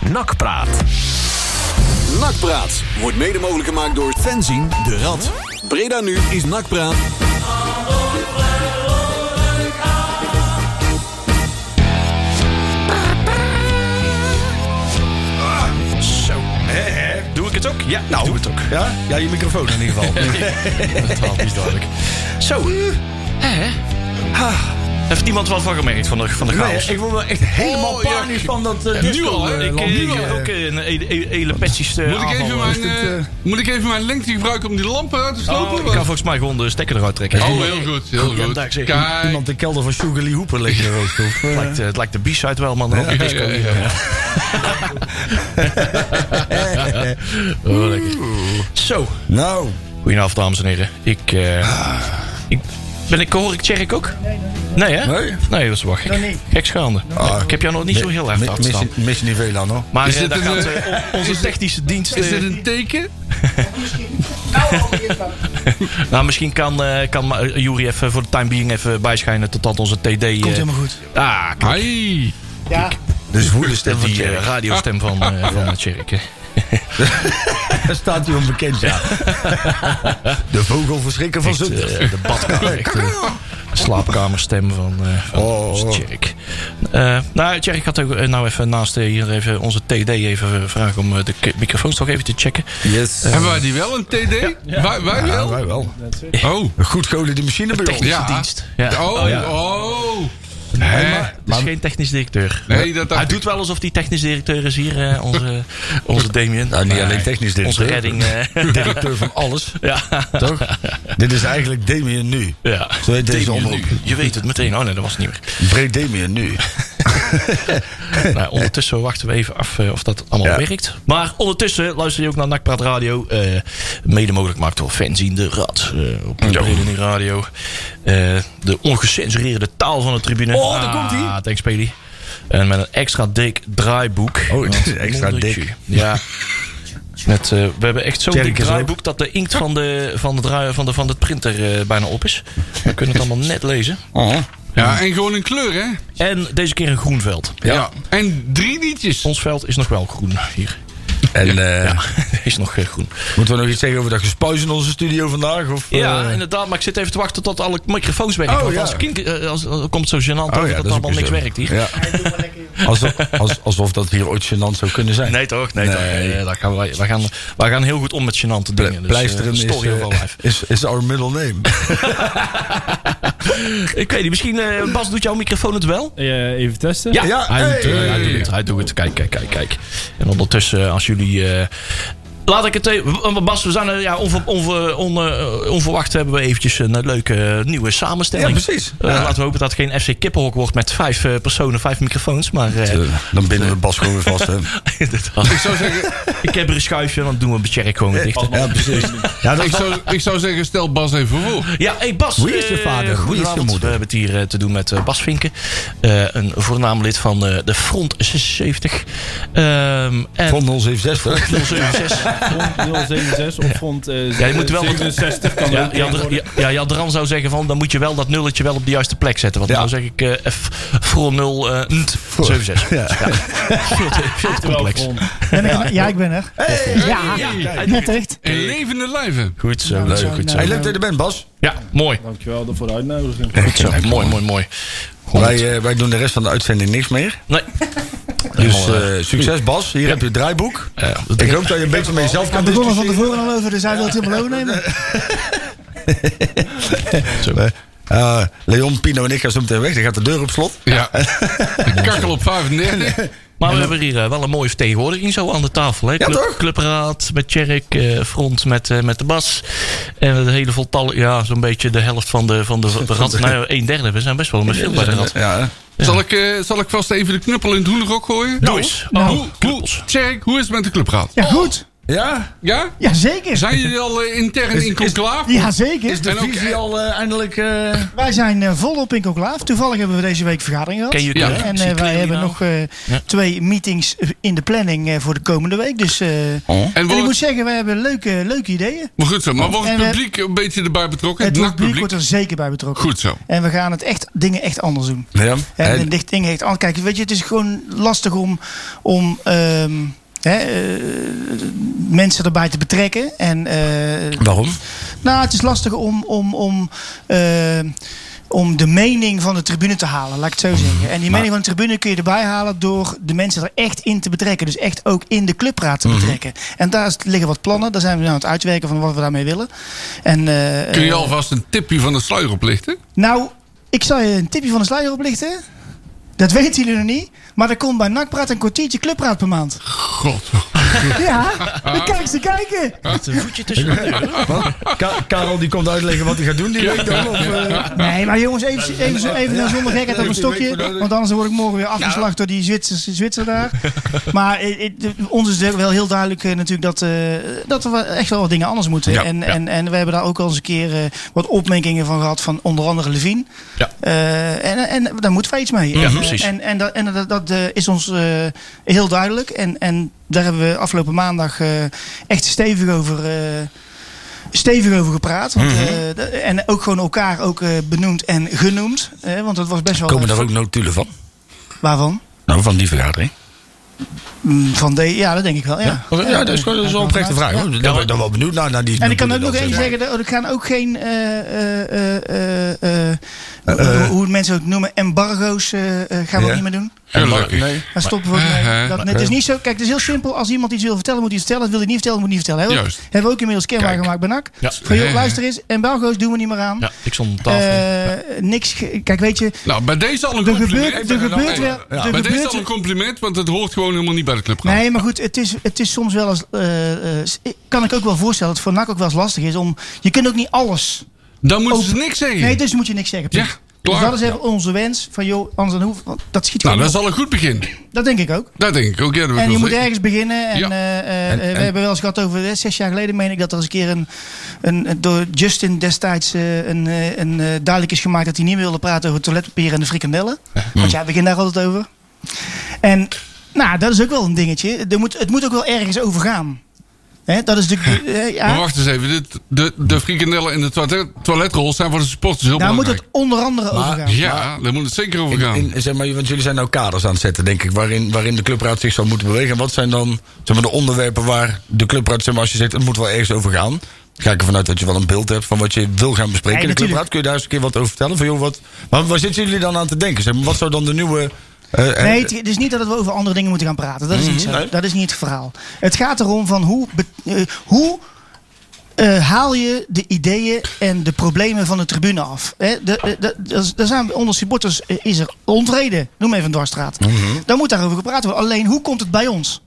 Nakpraat. Nakpraat wordt mede mogelijk gemaakt door Fenzien de Rad. Breda nu is Nakpraat. Zo. Doe ik het ook? Ja, nou, doe het ook. Ja, je microfoon in ieder geval. Dat haalt niet duidelijk. Zo. Heeft niemand wat van gemerkt van de chaos? Nee, ik word wel echt helemaal panisch van dat disco. Nu al, hè? Ik heb ook een elepettische Moet ik even mijn lengte gebruiken om die lampen uit te slopen? Ik kan volgens mij gewoon de stekker eruit trekken. Oh, heel goed, heel goed. Kijk. Iemand de kelder van Sugar Lee Hooper liggen er ook op. Het lijkt de B-side wel, man. Ja. Disco hier. Oh, lekker. Zo. Nou. Goedenavond, dames en heren. Hoor ik Tjerk ook? Nee, hè? Nee, dat is wel gek. Gekschaande. Ik heb jou nog niet zo heel erg hard staan. Mis niet veel aan, hoor. Maar daar gaat onze technische dienst... Is dit een teken? Nou, misschien kan Juri even voor de time being even bijschijnen totdat onze TD... Komt helemaal goed. Hai. Ja. Dus woede stem van die radiostem van Tjerk. Daar staat hij onbekend, ja. De vogelverschrikker van Zundert. De badkamer, echt de slaapkamerstem van Tjerk. Nou, Tjerk had ook nou even naast hier even onze TD even vragen om de microfoons toch even te checken. Yes. Hebben wij die wel, een TD? Ja. Wij wel? Wij wel. Oh. Een goed geoliede machine bij ons. Technische dienst. Ja. Oh. Nee, dat is geen technisch directeur. Nee, hij doet wel alsof hij technisch directeur is hier, onze Damien. Nou, niet alleen technisch directeur. Onze redding. Directeur van alles. Ja. Toch? Dit is eigenlijk Damien nu. Ja. Zo heet deze Damien omroep. nu. Je weet het meteen. Oh nee, dat was het niet meer. Breed Damien nu. Nou, ondertussen wachten we even af of dat allemaal werkt. Maar ondertussen luister je ook naar Nakpraat Radio. Mede mogelijk gemaakt door Fenzien de Rad. Op Breda Nu Radio. De ongecensureerde taal van de tribune. Oh, daar komt hij. Thanks, Peli. En met een extra dik draaiboek. Oh, dit is extra dik. Ja. We hebben echt zo'n dik draaiboek dat de inkt van de printer bijna op is. We kunnen het allemaal net lezen. Oh. Ja, en gewoon een kleur, hè? En deze keer een groen veld. Ja. En 3 liedjes. Ons veld is nog wel groen hier. En is nog groen. Moeten we nog iets zeggen over dat gespuis in onze studio vandaag? Of, ja, inderdaad. Maar ik zit even te wachten tot alle microfoons werken. Want als komt het zo gênant over dat allemaal niks werkt hier. Ja. Alsof dat hier ooit gênant zou kunnen zijn. Nee toch? Nee. Wij gaan heel goed om met gênante dingen. Pleisteren dus, is our middle name. Ik weet niet. Misschien, Bas, doet jouw microfoon het wel? Even testen. Ja, hij doet het. Kijk. En ondertussen, als jullie... laat ik het even... Bas, we zijn onverwacht hebben we eventjes een leuke nieuwe samenstelling. Ja, precies. Laten we hopen dat het geen FC Kippenhok wordt met 5 personen, 5 microfoons. Maar, dan binden we Bas gewoon weer vast. Ik zou zeggen... Ik heb er een schuifje, dan doen we een Tjerk gewoon dicht. Ja, precies. Ja, ik zou zeggen, stel Bas even voor. Ja, hey Bas. Wie is je vader? Wie is je moeder? We hebben het hier te doen met Bas Vinken. Een voornaam lid van de Front 76. Front 076. Front 076 of Front je moet wel 67 kan ook. Jadran zou zeggen van, dan moet je wel dat nulletje wel op de juiste plek zetten. Want dan zeg ik Front 076. Veel te complex. Ja, ik ben er. Ja, net echt. In levende lijven. Goed zo. Hey, leuk dat je er bent, Bas. Ja, mooi. Dankjewel voor de uitnodiging. Goed zo. Mooi. Wij doen de rest van de uitzending niks meer. Nee. Dus succes, Bas. Hier heb je het draaiboek. Ik hoop dat je een beetje met jezelf kan doen. We begonnen van tevoren al over, dus hij wil het helemaal overnemen. Leon, Pino en ik gaan zo meteen weg. Dan gaat de deur op slot. Ja. Kakkel op 35. Maar we hebben hier wel een mooie vertegenwoordiging zo aan de tafel. Hè? Clubraad met Tjerk, Front met de Bas. En de hele voltallen, ja, zo'n beetje de helft van de rad. Nou, 1/3. We zijn best wel met veel bij de rad. Ja. Zal ik vast even de knuppel in het hoenderok gooien? Doe eens. Tjerk, hoe is het met de clubraad? Ja, goed. Ja? Ja? Ja, zeker. Zijn jullie al intern in conclave? Ja, zeker. Is de visie al eindelijk... Wij zijn volop in conclave. Toevallig hebben we deze week vergadering gehad. Ken je het, Ja. hè? En wij hebben nog 2 meetings in de planning voor de komende week. Dus, En en ik moet wordt, zeggen, we hebben leuke ideeën. maar goed zo, maar wordt En het we- publiek een beetje erbij betrokken? Het Het publiek nachtpubliek? wordt er zeker bij betrokken. Goed zo. En we gaan dingen echt anders doen. Ja. En dingen echt anders. Kijk, weet je, het is gewoon lastig om mensen erbij te betrekken. En, Waarom? nou, het is lastig om de mening van de tribune te halen, laat ik het zo zeggen. En die mening van de tribune kun je erbij halen door de mensen er echt in te betrekken. Dus echt ook in de clubraad te betrekken. En daar liggen wat plannen. Daar zijn we nu aan het uitwerken van wat we daarmee willen. En, Kun je alvast een tipje van de sluier oplichten? nou, ik zal je een tipje van de sluier oplichten. Dat weten jullie nog niet. Maar er komt bij Nakpraat een kwartiertje clubraad per maand. God. Ja, dan kijk ze kijken. Met een voetje tussen de deur. Karel die komt uitleggen wat hij gaat doen die week dan? Of, Nee, maar jongens, even zonder gekheid op een stokje. Want anders word ik morgen weer afgeslacht door die Zwitser daar. Maar ons is wel heel duidelijk natuurlijk dat we echt wel wat dingen anders moeten. Ja, en we hebben daar ook al eens een keer wat opmerkingen van gehad van onder andere Levine. Ja. En daar moeten we iets mee. Ja, precies. En dat is ons heel duidelijk. En daar hebben we afgelopen maandag echt stevig over gepraat. Want, en ook gewoon elkaar ook benoemd en genoemd. Want dat was best wel... komen daar ook notulen van? Waarvan? Nou, van die vergadering. Ja, dat denk ik wel. Ja, Ja, dat is gewoon een oprechte vraag. Hoor. Daar ben ik dan wel benieuwd naar die En ik kan ook notulen nog één dan, zeggen, er gaan ook geen, hoe mensen het noemen, embargo's gaan we ook niet meer doen. Gelukkig. Nee. Daar stoppen we ook mee. Het is niet zo, kijk, het is heel simpel. Als iemand iets wil vertellen, moet hij het vertellen. Wil hij niet vertellen, moet hij niet vertellen. Hebben we ook inmiddels kenbaar gemaakt bij NAC. Ja. Van, joh, luister eens, embargo's doen we niet meer aan. Ja, ik stond op tafel. Niks, kijk, weet je, Nou, bij deze al een er compliment. gebeurt wel... er Bij deze gebeurt- al een compliment, want het hoort gewoon helemaal niet bij de club. Nee, maar goed, het is soms wel eens... kan ik ook wel voorstellen dat het voor NAC ook wel eens lastig is om... Je kunt ook niet alles... Dan moeten ze niks zeggen. Nee, dus moet je niks zeggen. Ja, punt. klaar. Dus dat is even onze wens. Van joh, anders dan hoeft... want dat schiet Nou, gewoon dat is op. al een goed begin. Dat denk ik ook. Dat denk ik ook. Ja, dat wil ik En wel je moet zeggen. ergens beginnen. En, Ja. we hebben wel eens gehad over 6 jaar geleden, meen ik, dat er eens een keer door Justin destijds duidelijk is gemaakt dat hij niet meer wilde praten over toiletpapier en de frikandellen. Want ja, we beginnen daar altijd over. En nou, dat is ook wel een dingetje. Het moet ook wel ergens over gaan. Hè, dat is de. Maar wacht eens even. De frikandellen in de toiletrol zijn voor de supporters heel Daar moet belangrijk. het onder andere over gaan. Ja, daar moet het zeker over gaan. Zeg maar, want jullie zijn nou kaders aan het zetten, denk ik, waarin de clubraad zich zou moeten bewegen. En wat zijn dan zeg maar, de onderwerpen waar de clubraad, zeg maar, als je zegt, het moet wel ergens over gaan. Ga ik ervan uit dat je wel een beeld hebt van wat je wil gaan bespreken Nee, in de clubraad. Kun je daar eens een keer wat over vertellen? Van, joh, waar zitten jullie dan aan te denken? Zeg maar, wat zou dan de nieuwe... Nee, het is niet dat we over andere dingen moeten gaan praten. Dat is niet zo. Nee. Dat is niet het verhaal. Het gaat erom van hoe haal je de ideeën en de problemen van de tribune af. Er zijn onder supporters is er onvrede. Noem even een dwarsstraat. Dan moet daarover gepraat worden. Alleen, hoe komt het bij ons?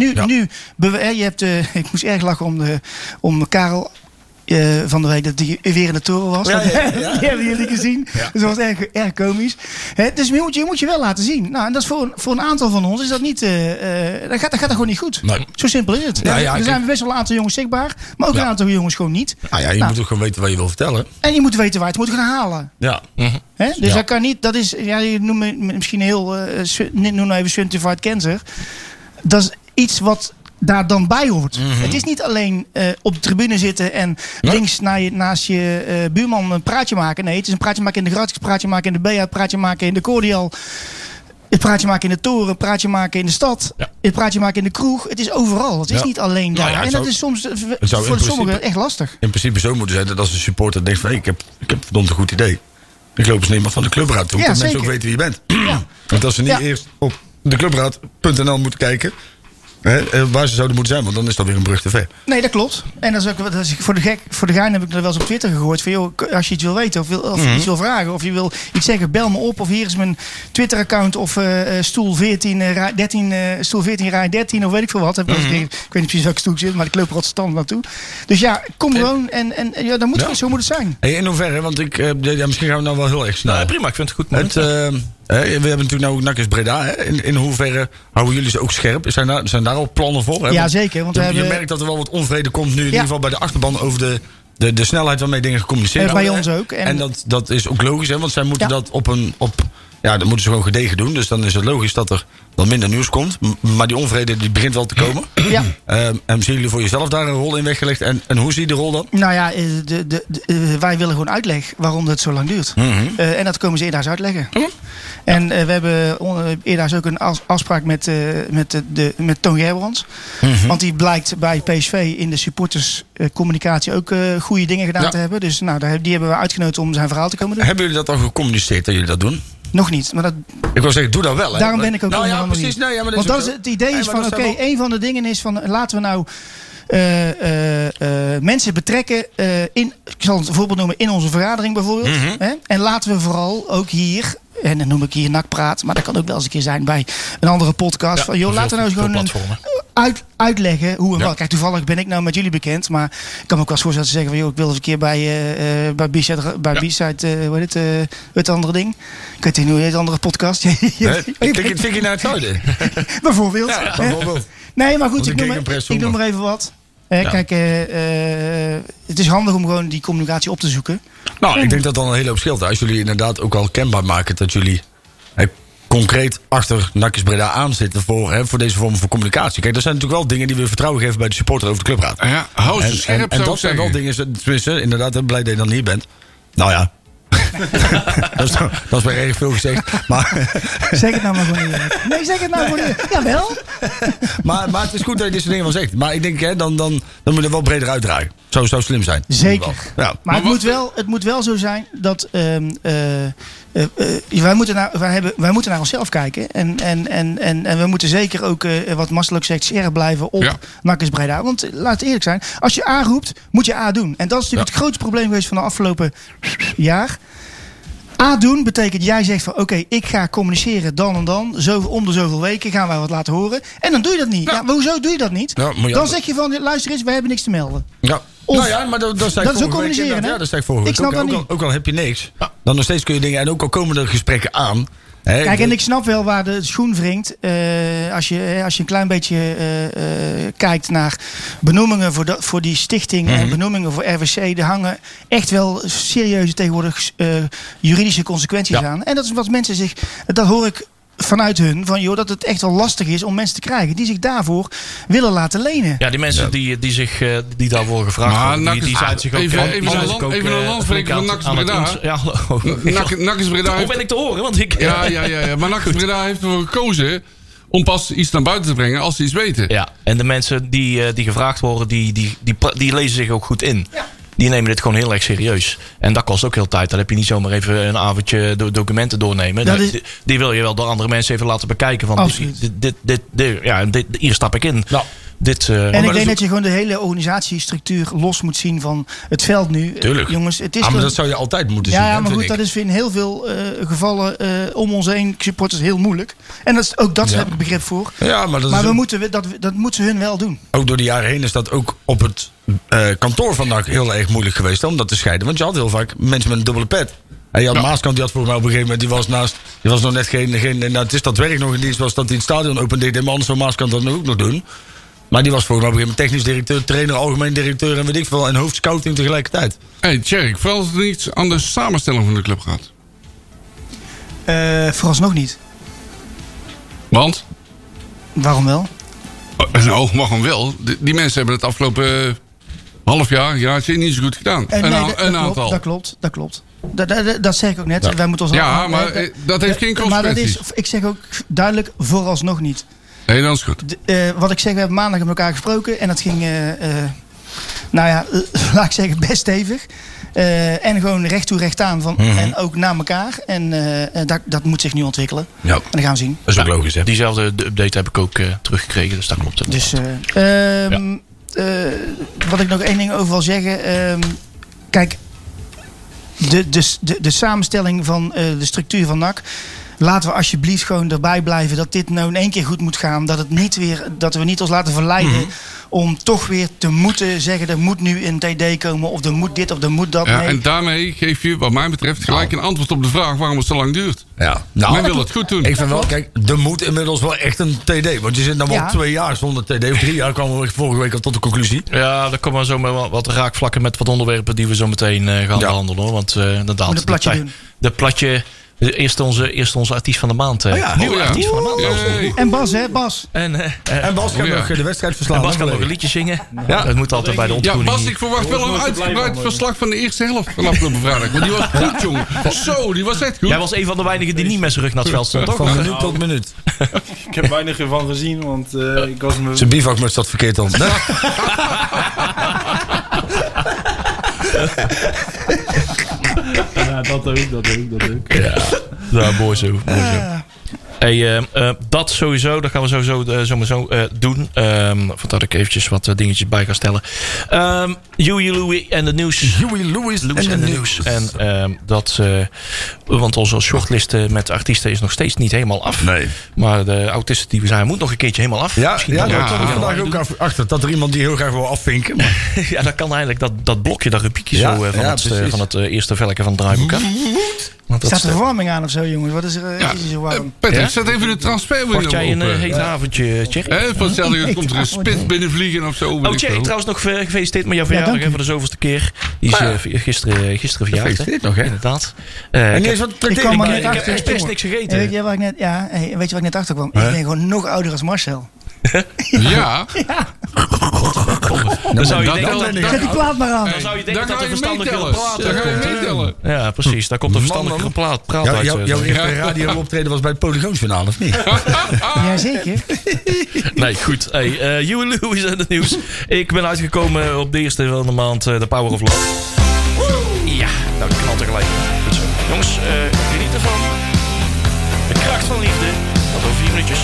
Je hebt, ik moest erg lachen om Karel... van de week dat hij weer in de toren was. Ja. Die hebben jullie gezien. Ja. Dus dat was erg komisch. Dus je moet je wel laten zien. Nou, en dat is voor een aantal van ons is dat niet... dat gaat gewoon niet goed. Nee. Zo simpel is het. Er zijn best wel een aantal jongens zichtbaar. Maar ook een aantal jongens gewoon niet. Je moet ook gewoon weten wat je wil vertellen. En je moet weten waar je het moet gaan halen. Ja. Dus dat kan niet... Dat is... Ja, je noemt misschien heel... noem even certified cancer. Dat is iets wat... daar dan bij hoort. Het is niet alleen op de tribune zitten en links naast je buurman een praatje maken. Nee, het is een praatje maken in de gratis, een praatje maken in de BA, een praatje maken in de cordial, een praatje maken in de toren, een praatje maken in de stad, een praatje maken in de kroeg. Het is overal. Het is niet alleen daar. En dat is soms voor sommigen echt lastig. In principe zo moeten zijn dat als een supporter denkt van ik heb verdomd een goed idee. Ik loop eens iemand van de clubraad toe. Ja, dat zeker. mensen ook weten wie je bent. Want als ze niet eerst op declubraad.nl moeten kijken... waar ze zouden moeten zijn, want dan is dat weer een brug te ver. Nee, dat klopt. En dat is ook, voor de gein heb ik er wel eens op Twitter gegooid. Van, joh, als je iets wil weten of iets wil vragen of je wil iets zeggen, bel me op. Of hier is mijn Twitter-account of stoel 14, rij 13 of weet ik veel wat. Heb ik ik weet niet precies welke stoel ik zit, maar ik loop er altijd stand naartoe. Dus ja, kom gewoon en dan moet zo moet het zijn. In hoeverre, want misschien gaan we nou wel heel erg snel. Nou, prima, ik vind het goed moment. We hebben natuurlijk nou ook NAC is Breda. Hè? In hoeverre houden jullie ze ook scherp? Zijn daar al plannen voor? Hè? Ja, zeker. Want je merkt dat er wel wat onvrede komt nu in ieder geval bij de achterban over de snelheid waarmee dingen gecommuniceerd worden. Bij ons ook. En dat is ook logisch, hè? Want zij moeten dat dat moeten ze gewoon gedegen doen. Dus dan is het logisch dat er dan minder nieuws komt. Maar die onvrede die begint wel te komen. Ja. En zien jullie voor jezelf daar een rol in weggelegd? En hoe zie je de rol dan? Nou ja, wij willen gewoon uitleg waarom het zo lang duurt. Mm-hmm. En dat komen ze eerder uitleggen. En we hebben eerder ook een afspraak met Toon Gerbrands. Mm-hmm. Want die blijkt bij PSV in de supporterscommunicatie ook goede dingen gedaan te hebben. Dus die hebben we uitgenodigd om zijn verhaal te komen doen. Hebben jullie dat al gecommuniceerd dat jullie dat doen? Nog niet. Maar Ik wil zeggen, doe dat wel. Hè? Daarom ben ik ook onder andere precies. niet. Nee, maar want dat is het idee is van, een van de dingen is van, laten we nou mensen betrekken ik zal het een voorbeeld noemen, in onze vergadering bijvoorbeeld. Mm-hmm. Hè? En laten we vooral ook hier, en dan noem ik hier NAC Praat, maar dat kan ook wel eens een keer zijn bij een andere podcast. Van, joh, laten we nou eens gewoon uitleggen hoe en wat. Kijk, toevallig ben ik nou met jullie bekend, maar ik kan me ook wel eens voorstellen te zeggen van, joh, ik wil eens een keer bij B-Side, hoe heet het andere ding? Ik weet niet hoe heet het andere podcast. Tik je naar het zuiden? Bijvoorbeeld. Ja, bijvoorbeeld. Nee, maar goed, ik noem maar even wat. Kijk, het is handig om gewoon die communicatie op te zoeken. Nou, ik denk dat dan een hele hoop scheelt. Als jullie inderdaad ook al kenbaar maken dat jullie concreet achter NAC is Breda aanzitten voor deze vorm van communicatie. Kijk, dat zijn natuurlijk wel dingen die we vertrouwen geven bij de supporter over de clubraad. Ja, hou ze scherp. En dat zijn wel dingen, tenminste, inderdaad, blij dat je dan hier bent. Nou ja. dat is weer erg veel gezegd. Maar zeg het nou maar gewoon niet. Nee, zeg het nou gewoon niet. Jawel. maar het is goed dat je dit soort dingen wel zegt. Maar ik denk, dan moet je het wel breder uitdragen. Zou slim zijn. Zeker. Ja. Maar het moet wel zo zijn dat wij moeten naar onszelf kijken. En we moeten zeker ook, wat Marcel ook zegt, scherp blijven op NAC is Breda. Want laat het eerlijk zijn, als je A roept, moet je A doen. En dat is natuurlijk het grootste probleem geweest van de afgelopen jaar. A doen betekent, jij zegt van oké, ik ga communiceren dan en dan. Om de zoveel weken gaan wij wat laten horen. En dan doe je dat niet. Ja, maar hoezo doe je dat niet? Dan zeg je van, luister eens, wij hebben niks te melden. Ja. Maar dat is ook communiceren. Ja, dat is vorige week. Ik snap dat niet. Ook al heb je niks, dan nog steeds kun je dingen. En ook al komen er gesprekken aan. Kijk, en ik snap wel waar de schoen wringt. Als je een klein beetje kijkt naar benoemingen voor die stichting en benoemingen voor RWC. Er hangen echt wel serieuze tegenwoordig juridische consequenties aan. En dat is wat mensen zich, dat hoor ik vanuit hun, van joh, dat het echt wel lastig is om mensen te krijgen die zich daarvoor willen laten lenen. Ja, die mensen die daarvoor gevraagd worden, die zijn zich ook... Even een landvreken van NAC is Breda. Ja, hallo. NAC is Breda. Hoe ben ik te horen? Want ik... Ja. Maar NAC is Breda heeft ervoor gekozen om pas iets naar buiten te brengen als ze iets weten. Ja, en de mensen die gevraagd worden, die lezen zich ook goed in. Ja. Die nemen dit gewoon heel erg serieus. En dat kost ook heel tijd. Dan heb je niet zomaar even een avondje documenten doornemen. Die wil je wel door andere mensen even laten bekijken. Van hier stap ik in. Ja. En ik denk dat je gewoon de hele organisatiestructuur los moet zien van het veld nu. Tuurlijk. Jongens, het is maar dat zou je altijd moeten zien. Ja, maar goed, dat is in heel veel gevallen om ons heen supporters heel moeilijk. En dat heb ik begrip voor. Ja, maar dat moeten hun wel doen. Ook door de jaren heen is dat ook op het kantoor van NAC heel erg moeilijk geweest om dat te scheiden. Want je had heel vaak mensen met een dubbele pet. En je had Maaskant, die had volgens mij op een gegeven moment, die was nog net geen het is dat werk nog in dienst was dat hij het stadion opendeed. En anders zou Maaskant dat ook nog doen. Maar die was volgens mij op een gegeven moment technisch directeur, trainer, algemeen directeur en weet ik veel. En hoofdscouting tegelijkertijd. Hey Tjerk, verandert er iets aan de samenstelling van de clubraad? Vooralsnog niet. Want? Waarom wel? Waarom wel? Die mensen hebben het afgelopen half jaartje niet zo goed gedaan. Dat klopt. Dat zeg ik ook net. Ja. Wij moeten ons maar dat heeft geen consequenties. Maar ik zeg ook duidelijk vooralsnog niet. Nee, dat is goed. Wat ik zeg, we hebben maandag met elkaar gesproken. En dat ging, laat ik zeggen, best stevig. En gewoon recht toe, recht aan. En ook naar elkaar. En dat moet zich nu ontwikkelen. Ja. En dat gaan we zien. Dat is ook logisch, hè? Diezelfde update heb ik ook teruggekregen. Dus dat klopt. Dus, wat ik nog één ding over wil zeggen. Kijk, de samenstelling van de structuur van NAC. laten we alsjeblieft gewoon erbij blijven dat dit nou in één keer goed moet gaan. Dat we niet ons laten verleiden om toch weer te moeten zeggen, er moet nu een TD komen of er moet dit of er moet dat. Ja, Nee. en daarmee geef je, wat mij betreft, gelijk een antwoord op de vraag waarom het zo lang duurt. Ja. Men wil het goed doen. Ik vind wel, kijk, er moet inmiddels wel echt een TD. Want je zit nou al 2 jaar zonder TD. Of 3 jaar kwamen we vorige week al tot de conclusie. Ja, dan komen we zo met wat raakvlakken met wat onderwerpen die we zo meteen gaan behandelen. Hoor. Want inderdaad, Moet een platje doen. de platje, eerst onze artiest van de maand. Nieuwe artiest van de maand. dames en heren. Yay. En Bas, hè, Bas. En Bas gaat nog de wedstrijd verslaan. Bas kan nog een liedje zingen. Ja. Dat moet altijd bij de Ja, ontgroening. Bas, ik verwacht wel een uitgebreid verslag van de eerste helft van afgelopen vrijdag. Want die was goed, jongen. Zo, die was echt goed. Jij was een van de weinigen die niet met zijn rug naar het veld stond, toch? Van minuut tot minuut. Ik heb weinig ervan gezien, want ik was me... Zijn bivakmuts zat verkeerd om. Nee? Ja, dat ook. Ja, mooi zo. Hey, dat sowieso, dat gaan we sowieso doen. Voordat ik eventjes wat dingetjes bij ga stellen. Huey Louie en de nieuws. Huey Lewis en de nieuws. En want onze shortlist met artiesten is nog steeds niet helemaal af. Nee. Maar de autisten die we zijn, moet nog een keertje helemaal af. Ja, Misschien daar dan kwam ik vandaag ook achter. Dat er iemand die heel graag wil afvinken. Maar ja, dat kan eigenlijk. Dat blokje, dat rubriekje Ja, zo precies. van het eerste velken van het draaiboek. Hè? Want dat Staat de verwarming aan of zo, jongens? Wat is er? Ja. Is er zo warm? Patrick, Ja? zet even de transferwindow Wacht jij een op. heet avondje, Thierry? Van hetzelfde komt er een spit binnenvliegen of zo. Oh, Thierry, trouwens nog gefeliciteerd met jouw verjaardag dank u. voor de zoveelste keer. Die is gisteren verjaard. Gefeliciteerd nog, hè? Inderdaad. en Ik niet eens heb- wat Ik kwam er ik net heb achter. expres niks En gegeten. weet je waar ik net achter kwam? Ik ben gewoon nog ouder als Marcel. Ja, Dan zou je dat- denken dat- dat- Zet die plaat maar aan. dan zou je denken daar dat ga er je verstandigere meetellen. plaat Daar ga je komt. hè? meetellen. Ja, precies. Daar komt een verstandigere praat uit. jouw eerste radio optreden was bij het Polygoonsjournaal, of niet? Jazeker. Nee, goed. Hey, Huey Lewis en het nieuws. Ik ben uitgekomen op de eerste van de maand, The Power of Love. Ja, nou, dat knalt tegelijk. Goed zo. Jongens, geniet ervan. De kracht van liefde. Tot over 4 minuutjes.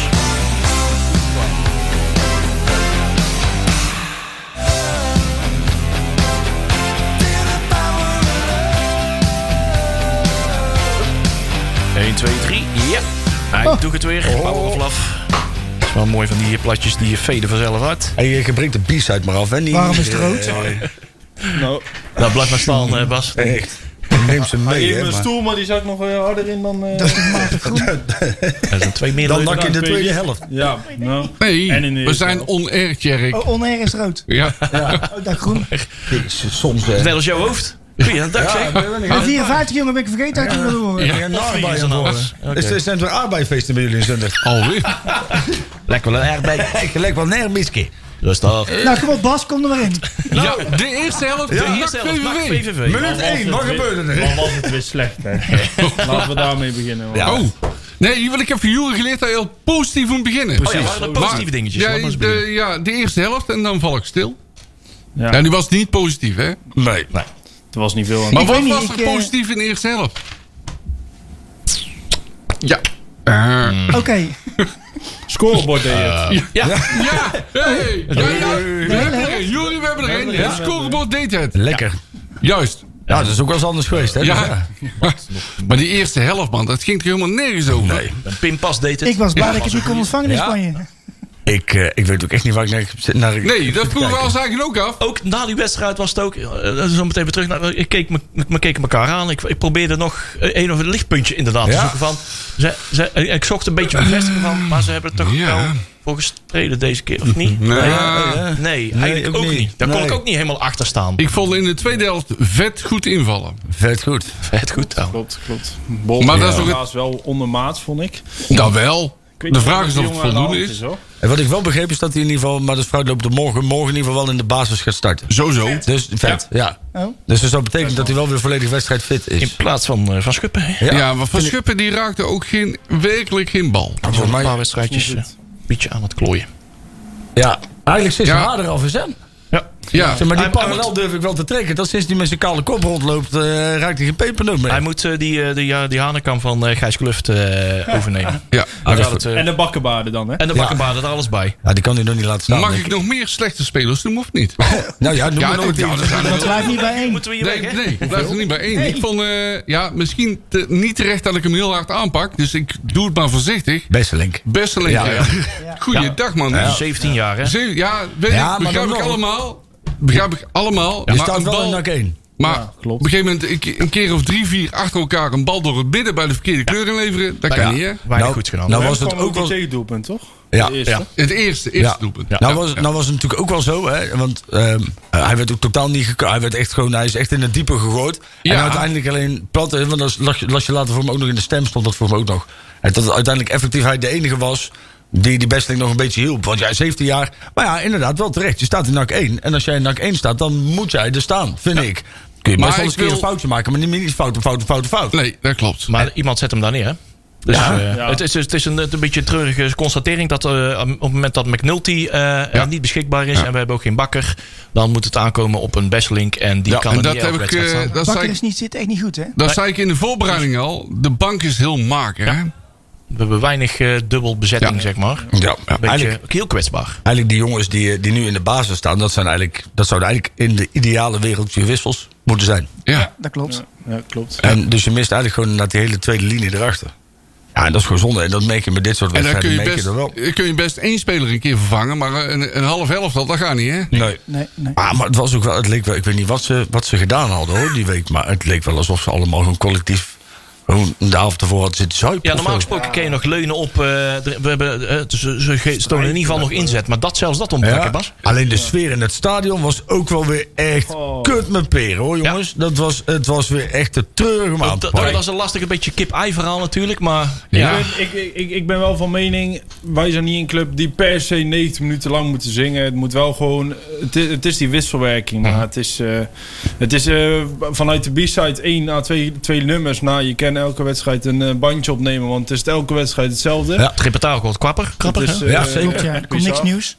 Eén, 2, 3. Ja. Ik doe het weer. Power of Love. Dat is wel mooi van die platjes die je veden vanzelf uit. En je gebruikt de B-side maar af, hè? Niet, Waarom is het rood? Nou, Nou, blijf maar staan, Bas. Echt. Neem ze mee, even hè? mijn Maar stoel, maar die zat nog harder in dan... Dat is de maat groen. Dat zijn 2 meer dan leuke nak in de dan tweede kun je- helft. Ja, nou. nee, En in de we eerste zijn helft. on-air, Tjerk. Oh, oneer is rood. Ja. Oh, dat groen. Jezus, soms... Net als jouw hoofd. Goeiedag, zeg. Ik ben 54, jongen, ben ik vergeten uit te willen horen. Ja, naarbij is aan en het alles. worden. Is zijn er aardbeifeesten bij jullie in zondag? Alweer. Lekker wel een erbij. Gelijk wel nermiske. Rustig. Nou, kom op, Bas, kom er maar in. Ja, de eerste helft. De NAC eerste helft, NAC VVV. VVV. Minuut 1, wat gebeurde er? Dan was het weer slecht, hè. Laten we daarmee beginnen. hoor. Ja. Oh. Nee, hier wil ik even Jury geleerd dat je heel positief moet beginnen. Oh ja, waren dat positieve dingetjes? Ja, Laat maar eens beginnen. de eerste helft en dan val ik stil. Ja, Ja, die was niet positief, hè? Nee. er was niet veel aan. Maar Ik wat weet niet, was er ik, positief in de eerste helft? Ja. Oké. Scorebord deed het. Ja. Ja, hey. Jury, we hebben er een. Het scorebord deed het. Lekker. Juist. Ja, dat is ook wel eens anders geweest, hè? Ja. Maar die eerste helft, man, dat ging er helemaal nergens over. Nee. Pim Pas deed het. Ik was blij dat ik het niet kon ontvangen in Ja. Spanje. Ik weet ook echt niet waar ik naar Nee, dat vroegen we ons eigenlijk ook af. Ook na die wedstrijd was het ook. Zo meteen weer terug. Ik keek elkaar aan. Ik probeerde nog een of een lichtpuntje inderdaad te Ja. zoeken van. Ik zocht een beetje bevestiging van. Maar ze hebben het toch Ja. wel voor gestreden deze keer, of niet? Nee. Nee, eigenlijk ook niet. Daar kon ik ook niet helemaal achter staan. Ik vond in de tweede helft vet goed invallen. Vet goed. Vet goed, nou. Klopt. Bol Maar dat is was ook helaas wel ondermaats, vond ik. Dat wel. Ik weet De niet vraag is wat of die het jongen aan de voldoende hand is. hoor. En wat ik wel begreep is dat hij in ieder geval, maar de fruit loopt er morgen in ieder geval wel in de basis gaat starten. Sowieso. Dus vet, ja. Oh. Dus dat zou betekenen dat hij wel weer volledig wedstrijd fit In is. plaats van Schuppen. Hè? Ja, maar Van Schuppen die raakte ook werkelijk geen bal. Volgens Een mij, paar wedstrijdjes een beetje aan het klooien. ja, eigenlijk steeds Ja. harder af is, hè? Ja. Ja. Zeg maar die Hij parallel durf ik wel te trekken. Dat sinds die met zijn kale kop rondloopt, raakt hij geen pepernoot mee. Hij moet die Hanekam van Gijs Kluft overnemen. Ja. Dan gaat het, En de bakkenbaarden dan, hè? en de bakkenbaarden er alles bij. Ja, die kan hij nog niet laten staan. Mag denk ik nog meer slechte spelers noemen of niet? Nou ja, noem maar nooit ja, iets. Dat blijft niet bij één. Moeten we hier weg, hè? Nee, ik blijf er niet bij één. Ik vond, misschien niet terecht dat ik hem heel hard aanpak. Dus ik doe het maar voorzichtig. Besselink. Beste Ja. Goeiedag, man. 17 jaar, hè? Ja, weet Ja, ik, maar begrijp dan ik nog. allemaal. Begrijp ik allemaal. Je maar staat een wel bal- in NAC 1. Maar Ja, klopt. op een gegeven moment een keer of 3, 4 achter elkaar een bal door het midden bij de verkeerde kleur inleveren. Dat kan niet, hè? Weinig goed gedaan. Nou Maar was het kwam ook wel... een tegendoelpunt, toch? Ja. De eerste. Ja. Het eerste Ja. doelpunt. Ja. Nou was het natuurlijk ook wel zo, hè? Want hij werd ook totaal niet hij werd echt gewoon, hij is echt in het diepe gegooid. Ja. En uiteindelijk alleen plat, want dat las je later voor me ook nog in de stem, stond dat voor me ook nog. En dat uiteindelijk effectief hij de enige was die Besseling nog een beetje hielp. Want jij 17 jaar, maar ja, inderdaad wel terecht. Je staat in NAC 1 en als jij in NAC 1 staat, dan moet jij er staan, vind ik. Kun je Maar best wel eens ik een keer wil- een foutje maken, maar niet fout. Nee, dat klopt. Maar iemand zet hem daar neer, hè? Dus Ja. Ja. het is een beetje een treurige constatering dat op het moment dat McNulty niet beschikbaar is en we hebben ook geen Bakker, dan moet het aankomen op een Besselink en die Ja, kan En er dat niet heb elke ik, wedstrijd staan. dat zei Bakker ik, zit echt niet goed, hè? dat zei ik in de voorbereiding al. De bank is heel mager, hè? We hebben weinig dubbel bezetting, Ja. zeg maar. Ja, Een beetje eigenlijk, heel kwetsbaar. eigenlijk die jongens die nu in de basis staan, dat zouden eigenlijk in de ideale wereld je wissels moeten zijn. Ja. Dat klopt. Ja, klopt. En dus je mist eigenlijk gewoon naar die hele tweede linie erachter. Ja, en dat is gewoon zonde. En dat merk je met dit soort En dan wedstrijden. kun je best één speler een keer vervangen, maar een half elftal, dat gaat niet, hè? Nee. Nee. Maar het was ook wel, het leek wel, ik weet niet wat ze gedaan hadden hoor, die week. Maar het leek wel alsof ze allemaal gewoon collectief gewoon de avond ervoor hadden zitten zuipen. Ja, of normaal zo. gesproken kun je nog leunen op. We hebben, ze tonen in ieder geval nog inzet. Maar zelfs dat ontbrak, hè, Ja, Bas? alleen de sfeer in het stadion was ook wel weer echt kut met peren hoor jongens. Het was weer echt te treurig om aan te Dat pakken. was een lastig een beetje kip-ei verhaal natuurlijk. Maar Ja. Ik ben wel van mening, wij zijn niet een club die per se 90 minuten lang moeten zingen. Het moet wel gewoon, het is die wisselwerking. Maar het is vanuit de B-side 1 à 2 nummers. Nou, je kan elke wedstrijd een bandje opnemen, want het is elke wedstrijd hetzelfde. Ja. het repertoire wordt krapper. Het is, Ja, zeker. Klopt, ja. Er komt niks nieuws.